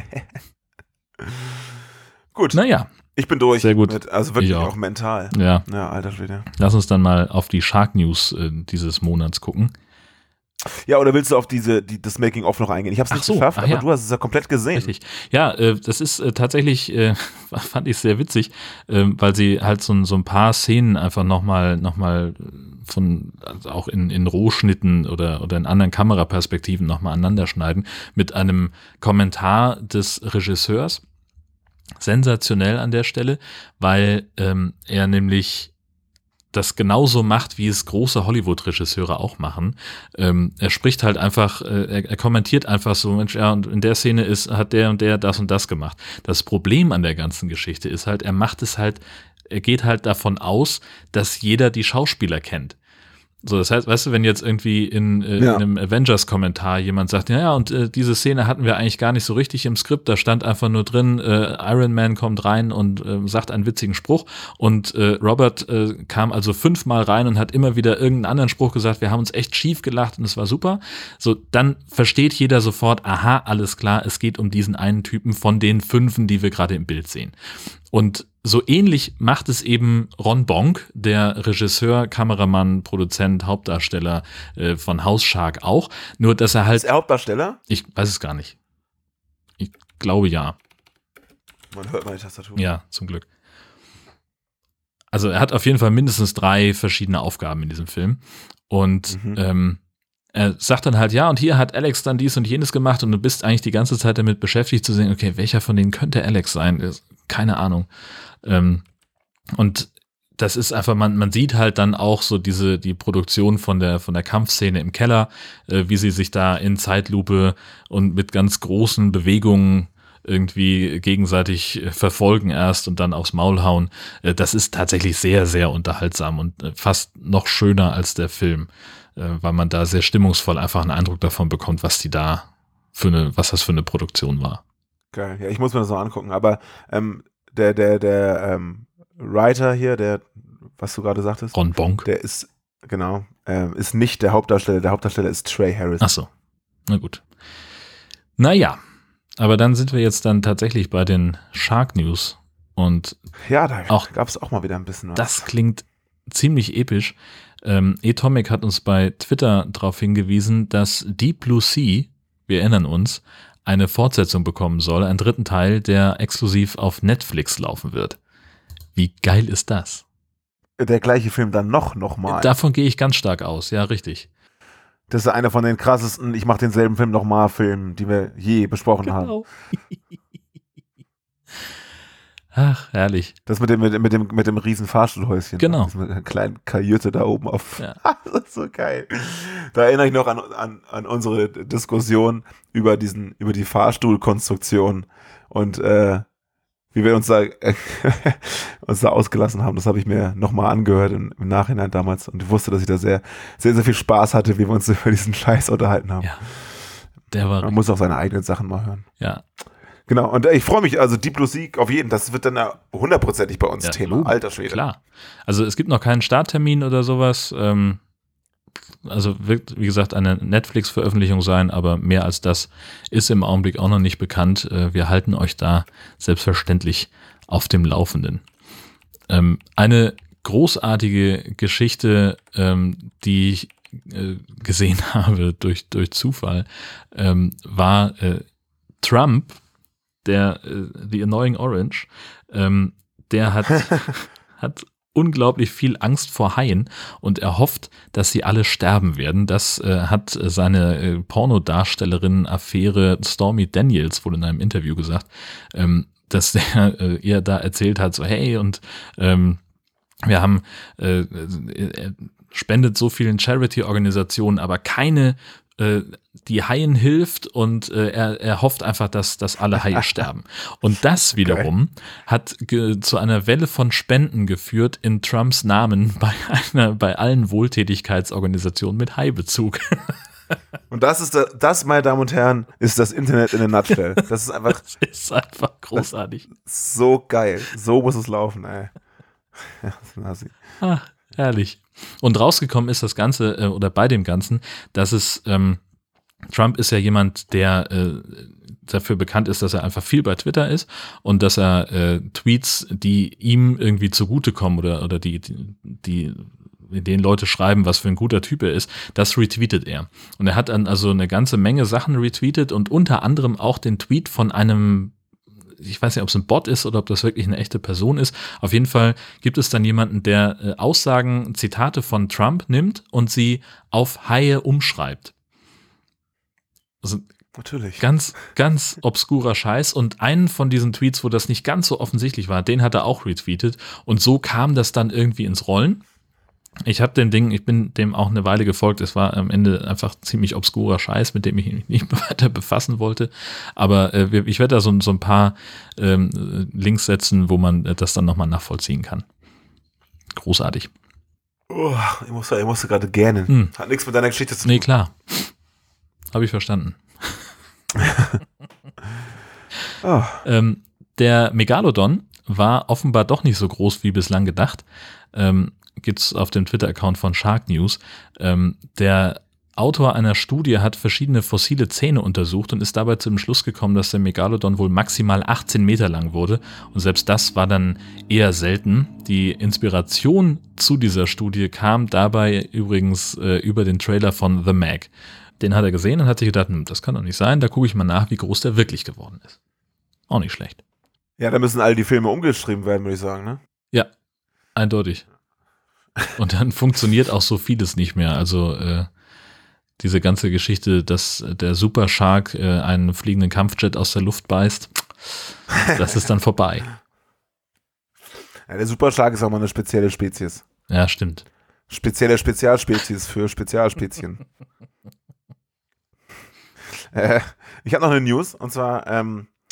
Gut. Naja. Ich bin durch. Sehr gut. Also wirklich auch mental. Ja. Ja, alter Schwede. Lass uns dann mal auf die Shark News dieses Monats gucken. Ja, oder willst du auf das Making-of noch eingehen? Ich habe es nicht geschafft, aber du hast es ja komplett gesehen. Richtig. Ja, das ist tatsächlich, fand ich sehr witzig, weil sie halt so ein paar Szenen einfach nochmal von, also auch in Rohschnitten oder in anderen Kameraperspektiven nochmal aneinander schneiden mit einem Kommentar des Regisseurs. Sensationell an der Stelle, weil er nämlich das genauso macht, wie es große Hollywood-Regisseure auch machen. Er spricht halt einfach, er kommentiert einfach so, Mensch, ja, und in der Szene hat der und der das und das gemacht. Das Problem an der ganzen Geschichte ist halt, er geht halt davon aus, dass jeder die Schauspieler kennt. So, das heißt, weißt du, wenn jetzt irgendwie in einem Avengers-Kommentar jemand sagt, ja, und diese Szene hatten wir eigentlich gar nicht so richtig im Skript, da stand einfach nur drin, Iron Man kommt rein und sagt einen witzigen Spruch und Robert kam also 5-mal rein und hat immer wieder irgendeinen anderen Spruch gesagt, wir haben uns echt schief gelacht und es war super. So, dann versteht jeder sofort, aha, alles klar, es geht um diesen einen Typen von den 5, die wir gerade im Bild sehen. Und so ähnlich macht es eben Ron Bonk, der Regisseur, Kameramann, Produzent, Hauptdarsteller von House Shark auch. Nur, dass er halt... Ist er Hauptdarsteller? Ich weiß es gar nicht. Ich glaube, ja. Man hört meine Tastatur. Ja, zum Glück. Also er hat auf jeden Fall mindestens 3 verschiedene Aufgaben in diesem Film. Und er sagt dann halt, ja, und hier hat Alex dann dies und jenes gemacht und du bist eigentlich die ganze Zeit damit beschäftigt zu sehen, okay, welcher von denen könnte Alex sein? Keine Ahnung. Und das ist einfach, man sieht halt dann auch so die Produktion von der Kampfszene im Keller, wie sie sich da in Zeitlupe und mit ganz großen Bewegungen irgendwie gegenseitig verfolgen erst und dann aufs Maul hauen. Das ist tatsächlich sehr, sehr unterhaltsam und fast noch schöner als der Film, weil man da sehr stimmungsvoll einfach einen Eindruck davon bekommt, was das für eine Produktion war. Geil, ja, ich muss mir das noch angucken, aber der Writer hier, was du gerade sagtest, Ron Bonk. Der ist, genau, ist nicht der Hauptdarsteller. Der Hauptdarsteller ist Trey Harris. Ach so, na gut. Naja, aber dann sind wir jetzt dann tatsächlich bei den Shark News und ja, da gab es auch mal wieder ein bisschen was. Das klingt ziemlich episch. Atomic hat uns bei Twitter darauf hingewiesen, dass Deep Blue Sea, wir erinnern uns, eine Fortsetzung bekommen soll, einen 3. Teil, der exklusiv auf Netflix laufen wird. Wie geil ist das? der gleiche Film dann nochmal? Davon gehe ich ganz stark aus, ja, richtig. Das ist einer von den krassesten, ich mache denselben Film nochmal Filmen, die wir je besprochen haben. Ach, herrlich. Das mit dem riesen Fahrstuhlhäuschen. Genau. Mit einer kleinen Kajüte da oben auf. Ja. Das ist so geil. Da erinnere ich noch an unsere Diskussion über die Fahrstuhlkonstruktion und wie wir uns da ausgelassen haben. Das habe ich mir nochmal angehört im Nachhinein damals und ich wusste, dass ich da sehr, sehr, sehr viel Spaß hatte, wie wir uns über diesen Scheiß unterhalten haben. Ja. Man muss auch seine eigenen Sachen mal hören. Ja. Genau, und ich freue mich, also Deep Blue Sea auf jeden, das wird dann ja 100%ig bei uns Thema, alter Schwede. Klar, also es gibt noch keinen Starttermin oder sowas, also wird, wie gesagt, eine Netflix-Veröffentlichung sein, aber mehr als das ist im Augenblick auch noch nicht bekannt. Wir halten euch da selbstverständlich auf dem Laufenden. Eine großartige Geschichte, die ich gesehen habe durch Zufall, war Trump, der The Annoying Orange, der hat unglaublich viel Angst vor Haien und er hofft, dass sie alle sterben werden. Das hat seine Pornodarstellerin-Affäre Stormy Daniels wohl in einem Interview gesagt, dass der ihr da erzählt hat, so hey und wir haben spendet so vielen Charity-Organisationen, aber keine die Haien hilft und er hofft einfach, dass alle Haie sterben. Und das wiederum hat zu einer Welle von Spenden geführt in Trumps Namen bei allen Wohltätigkeitsorganisationen mit Haibezug. Und das, meine Damen und Herren, ist das Internet in a nutshell. Das ist einfach großartig. So geil. So muss es laufen, ey. Ach, herrlich. Und rausgekommen ist das Ganze, oder bei dem Ganzen, dass es, Trump ist ja jemand, der dafür bekannt ist, dass er einfach viel bei Twitter ist und dass er Tweets, die ihm irgendwie zugutekommen oder die in denen Leute schreiben, was für ein guter Typ er ist, das retweetet er. Und er hat dann also eine ganze Menge Sachen retweetet und unter anderem auch den Tweet von einem, ich weiß nicht, ob es ein Bot ist oder ob das wirklich eine echte Person ist. Auf jeden Fall gibt es dann jemanden, der Aussagen, Zitate von Trump nimmt und sie auf Haie umschreibt. Also natürlich. Ganz, ganz obskurer Scheiß. Und einen von diesen Tweets, wo das nicht ganz so offensichtlich war, den hat er auch retweetet. Und so kam das dann irgendwie ins Rollen. Ich bin dem auch eine Weile gefolgt. Es war am Ende einfach ziemlich obskurer Scheiß, mit dem ich mich nicht weiter befassen wollte. Aber ich werde da so ein paar Links setzen, wo man das dann nochmal nachvollziehen kann. Großartig. Oh, ich musste gerade gähnen. Hat nichts mit deiner Geschichte zu tun. Nee, klar. Habe ich verstanden. Oh. Der Megalodon war offenbar doch nicht so groß wie bislang gedacht. Gibt's auf dem Twitter-Account von Shark News. Der Autor einer Studie hat verschiedene fossile Zähne untersucht und ist dabei zum Schluss gekommen, dass der Megalodon wohl maximal 18 Meter lang wurde. Und selbst das war dann eher selten. Die Inspiration zu dieser Studie kam dabei übrigens über den Trailer von The Meg. Den hat er gesehen und hat sich gedacht, das kann doch nicht sein, da gucke ich mal nach, wie groß der wirklich geworden ist. Auch nicht schlecht. Ja, da müssen all die Filme umgeschrieben werden, würde ich sagen, ne? Ja, eindeutig. Und dann funktioniert auch so vieles nicht mehr. Also diese ganze Geschichte, dass der Super Shark einen fliegenden Kampfjet aus der Luft beißt, das ist dann vorbei. Ja, der Super Shark ist auch mal eine spezielle Spezies. Ja, stimmt. Spezielle Spezialspezies für Spezialspezien. Ich habe noch eine News, und zwar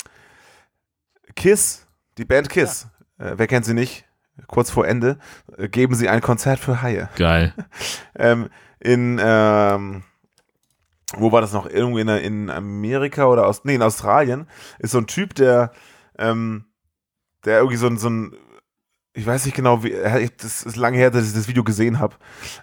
Kiss, die Band Kiss, wer kennt sie nicht, kurz vor Ende, geben sie ein Konzert für Haie. Geil. Wo war das noch? Irgendwie in Amerika oder in Australien ist so ein Typ, der irgendwie so ein ich weiß nicht genau, das ist lange her, dass ich das Video gesehen habe.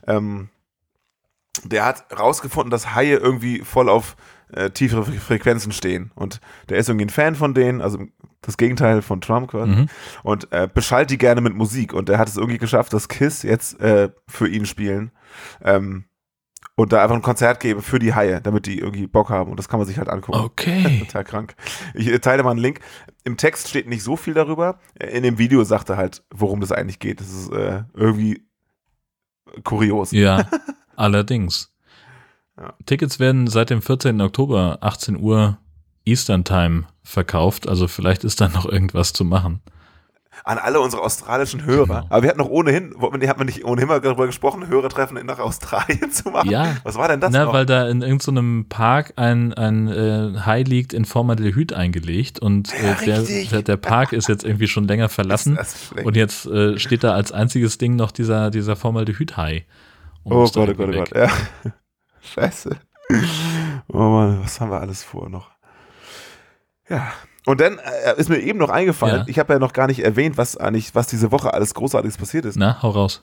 Der hat rausgefunden, dass Haie irgendwie voll auf tiefere Frequenzen stehen. Und der ist irgendwie ein Fan von denen, also das Gegenteil von Trump quasi. Und beschallt die gerne mit Musik. Und der hat es irgendwie geschafft, dass Kiss jetzt für ihn spielen. und da einfach ein Konzert gebe für die Haie, damit die irgendwie Bock haben und das kann man sich halt angucken. Okay. Total krank. Ich teile mal einen Link. Im Text steht nicht so viel darüber. In dem Video sagt er halt, worum das eigentlich geht. Das ist irgendwie kurios. Ja, allerdings. Ja. Tickets werden seit dem 14. Oktober 18 Uhr Eastern Time verkauft, also vielleicht ist da noch irgendwas zu machen. An alle unsere australischen Hörer. Genau. Aber wir hatten noch ohnehin mal darüber gesprochen, Hörertreffen nach Australien zu machen. Ja. Was war denn das Na, noch? weil da in irgendeinem Park ein Hai liegt in Formaldehyd eingelegt und der Park ist jetzt irgendwie schon länger verlassen und jetzt steht da als einziges Ding noch dieser Formaldehyd-Hai. Oh Gott. Ja. Scheiße. Oh Mann, was haben wir alles vor noch? Ja. Und dann ist mir eben noch eingefallen, ich habe ja noch gar nicht erwähnt, was diese Woche alles Großartiges passiert ist. Na, hau raus.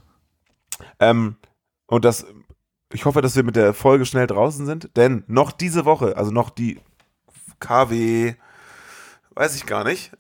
Und ich hoffe, dass wir mit der Folge schnell draußen sind, denn noch diese Woche, also noch die KW, weiß ich gar nicht,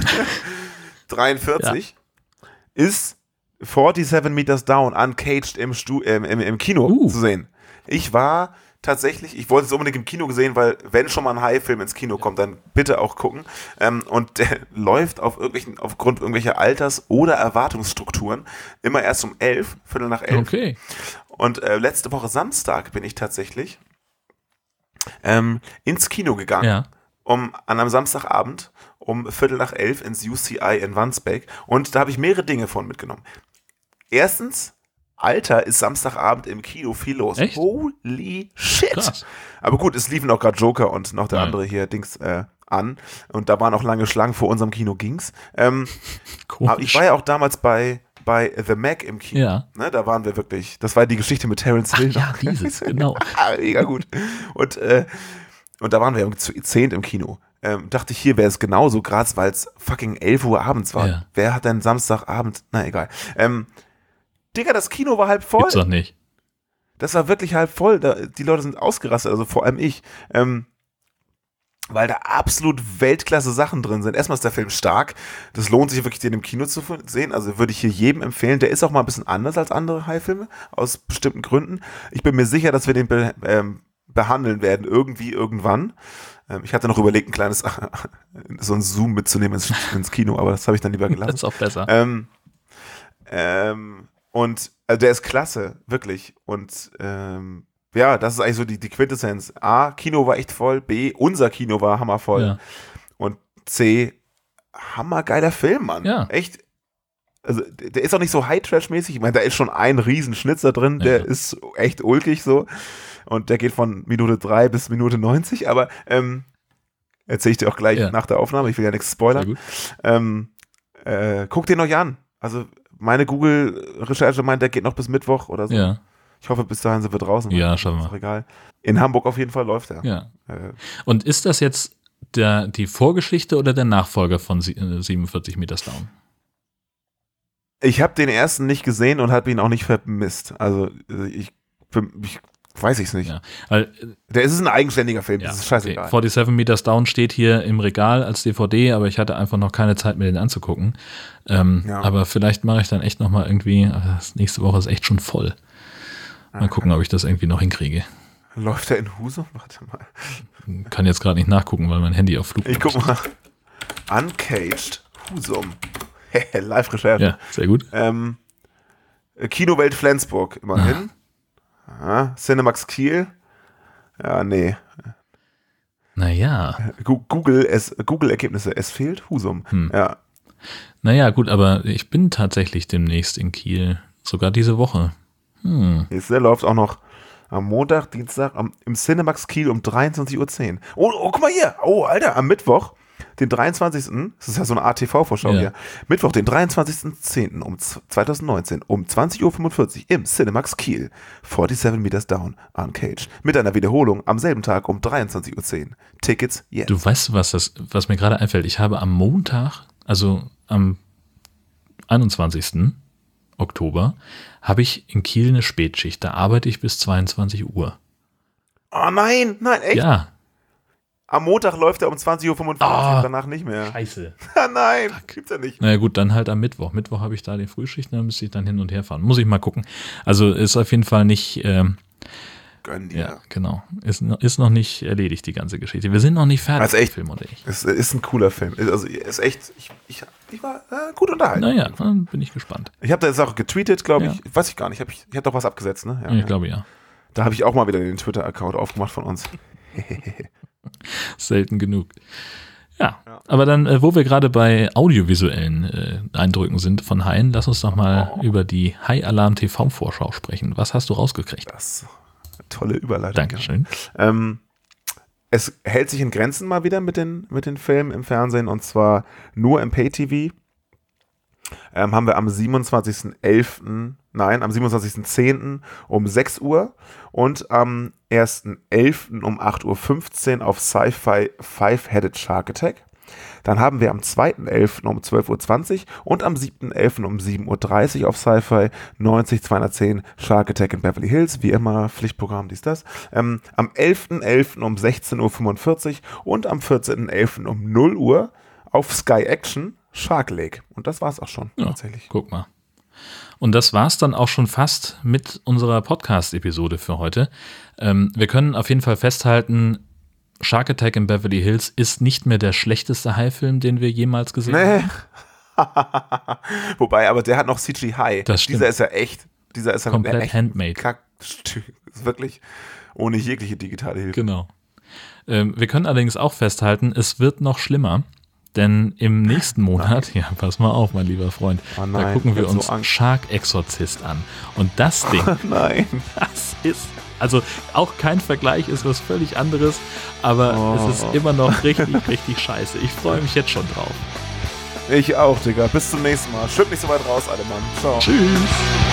43, ist 47 Meters Down Uncaged im Kino zu sehen. Ich war tatsächlich, ich wollte es unbedingt im Kino gesehen, weil wenn schon mal ein Hai-Film ins Kino kommt, dann bitte auch gucken. Und der läuft aufgrund irgendwelcher Alters- oder Erwartungsstrukturen immer erst um 11, Viertel nach 11. Okay. Und letzte Woche Samstag bin ich tatsächlich ins Kino gegangen, an einem Samstagabend um Viertel nach 11 ins UCI in Wandsbek. Und da habe ich mehrere Dinge von mitgenommen. Erstens, Alter, ist Samstagabend im Kino viel los. Echt? Holy shit. Krass. Aber gut, es liefen auch gerade Joker und noch der andere hier Dings an. Und da waren auch lange Schlangen, vor unserem Kino ging's. Aber ich war ja auch damals bei The Mac im Kino. Ja. Ne, da waren wir wirklich, das war die Geschichte mit Terence Hill. Ja, dieses, genau. Mega gut. Und da waren wir irgendwie zu 10 im Kino. Dachte ich, hier wäre es genauso, gerade weil es fucking 11 Uhr abends war. Ja. Wer hat denn Samstagabend, na egal. Digga, das Kino war halb voll. Gibt's doch nicht. Das war wirklich halb voll. Die Leute sind ausgerastet, also vor allem ich. Weil da absolut Weltklasse Sachen drin sind. Erstmal ist der Film stark. Das lohnt sich wirklich, den im Kino zu sehen. Also würde ich hier jedem empfehlen. Der ist auch mal ein bisschen anders als andere Hai-Filme, aus bestimmten Gründen. Ich bin mir sicher, dass wir den behandeln werden, irgendwie, irgendwann. Ich hatte noch überlegt, ein kleines, so ein Zoom mitzunehmen ins Kino, aber das habe ich dann lieber gelassen. Das ist auch besser. Und also der ist klasse, wirklich. Und das ist eigentlich so die Quintessenz. A, Kino war echt voll. B, unser Kino war hammervoll. Ja. Und C, hammergeiler Film, Mann. Ja. Echt. Also der ist auch nicht so High-Trash-mäßig. Ich meine, da ist schon ein Riesenschnitzer drin, der ist echt ulkig so. Und der geht von Minute 3 bis Minute 90, aber erzähle ich dir auch gleich nach der Aufnahme. Ich will ja nichts spoilern. Guck den euch an. Also meine Google-Recherche meint, der geht noch bis Mittwoch oder so. Ja. Ich hoffe, bis dahin sind wir draußen. Ja, schauen wir mal. Ist auch egal. In Hamburg auf jeden Fall läuft er. Ja. Und ist das jetzt die Vorgeschichte oder der Nachfolger von 47 Meters Down? Ich habe den ersten nicht gesehen und habe ihn auch nicht vermisst. Also ich weiß ich es nicht. Ja, weil, der ist ein eigenständiger Film, ja, das ist scheißegal. Okay. 47 Meters Down steht hier im Regal als DVD, aber ich hatte einfach noch keine Zeit, mir den anzugucken. Aber vielleicht mache ich dann echt nochmal irgendwie, nächste Woche ist echt schon voll. Mal gucken, ob ich das irgendwie noch hinkriege. Läuft er in Husum? Warte mal. Kann jetzt gerade nicht nachgucken, weil mein Handy auf Flug Ich guck mal. Uncaged Husum. Live-Recherche. Ja, sehr gut. Kinowelt Flensburg, immerhin. Cinemax Kiel. Ja, nee. Naja. Google-Ergebnisse. Es fehlt Husum. Ja. Naja, gut, aber ich bin tatsächlich demnächst in Kiel. Sogar diese Woche. Der läuft auch noch am Montag, Dienstag im Cinemax Kiel um 23:10 Uhr. Oh, guck mal hier. Oh, Alter, am Mittwoch, den 23. Das ist ja so eine ATV-Vorschau hier. Mittwoch, den 23.10. 2019 um 20:45 Uhr im Cinemax Kiel. 47 Meters Down, Uncaged. Mit einer Wiederholung am selben Tag um 23:10 Uhr. Tickets jetzt. Du weißt, was mir gerade einfällt. Ich habe am Montag, also am 21. Oktober, habe ich in Kiel eine Spätschicht. Da arbeite ich bis 22 Uhr. Oh nein, echt? Ja. Am Montag läuft er um 20:45 Uhr, danach nicht mehr. Scheiße. Nein, gibt's ja nicht. Naja gut, dann halt am Mittwoch. Mittwoch habe ich da die Frühschicht, dann müsste ich dann hin und her fahren. Muss ich mal gucken. Also ist auf jeden Fall nicht gönn dir. Ja, genau. Ist noch nicht erledigt, die ganze Geschichte. Wir sind noch nicht fertig, also echt, Film und ich. Es ist ein cooler Film. Also ist echt, ich war gut unterhalten. Naja, dann bin ich gespannt. Ich habe da jetzt auch getweetet, glaube ich. Weiß ich gar nicht. Ich hab doch was abgesetzt, ne? Ja, ich glaube, ja. Da habe ich auch mal wieder den Twitter-Account aufgemacht von uns. Selten genug. Ja, aber dann, wo wir gerade bei audiovisuellen Eindrücken sind von Haien, lass uns doch mal über die Hai-Alarm TV-Vorschau sprechen. Was hast du rausgekriegt? Das ist eine tolle Überleitung. Dankeschön. Es hält sich in Grenzen mal wieder mit den Filmen im Fernsehen und zwar nur im Pay-TV. Haben wir am 27.10. um 6 Uhr und am 1.11. um 8.15 Uhr auf Sci-Fi Five-Headed Shark Attack. Dann haben wir am 2.11. um 12.20 Uhr und am 7.11. um 7.30 Uhr auf Sci-Fi 90210 Shark Attack in Beverly Hills, wie immer, Pflichtprogramm, dies, das. Am 11.11. um 16.45 Uhr und am 14.11. um 0 Uhr auf Sky Action Shark Lake. Und das war's auch schon, tatsächlich. Guck mal. Und das war's dann auch schon fast mit unserer Podcast-Episode für heute. Wir können auf jeden Fall festhalten, Shark Attack in Beverly Hills ist nicht mehr der schlechteste Hai-Film, den wir jemals gesehen haben. Wobei, aber der hat noch CGI. Das stimmt. Dieser ist ja echt. Dieser ist ja komplett echt handmade. Ist wirklich ohne jegliche digitale Hilfe. Genau. Wir können allerdings auch festhalten, es wird noch schlimmer. Denn im nächsten Monat, ja, pass mal auf, mein lieber Freund, da gucken wir uns Shark Exorcist an. Und das Ding, das ist, also auch kein Vergleich, ist was völlig anderes, aber es ist immer noch richtig, richtig scheiße. Ich freue mich jetzt schon drauf. Ich auch, Digga. Bis zum nächsten Mal. Schwimmt nicht so weit raus, alle Mann. Ciao. Tschüss.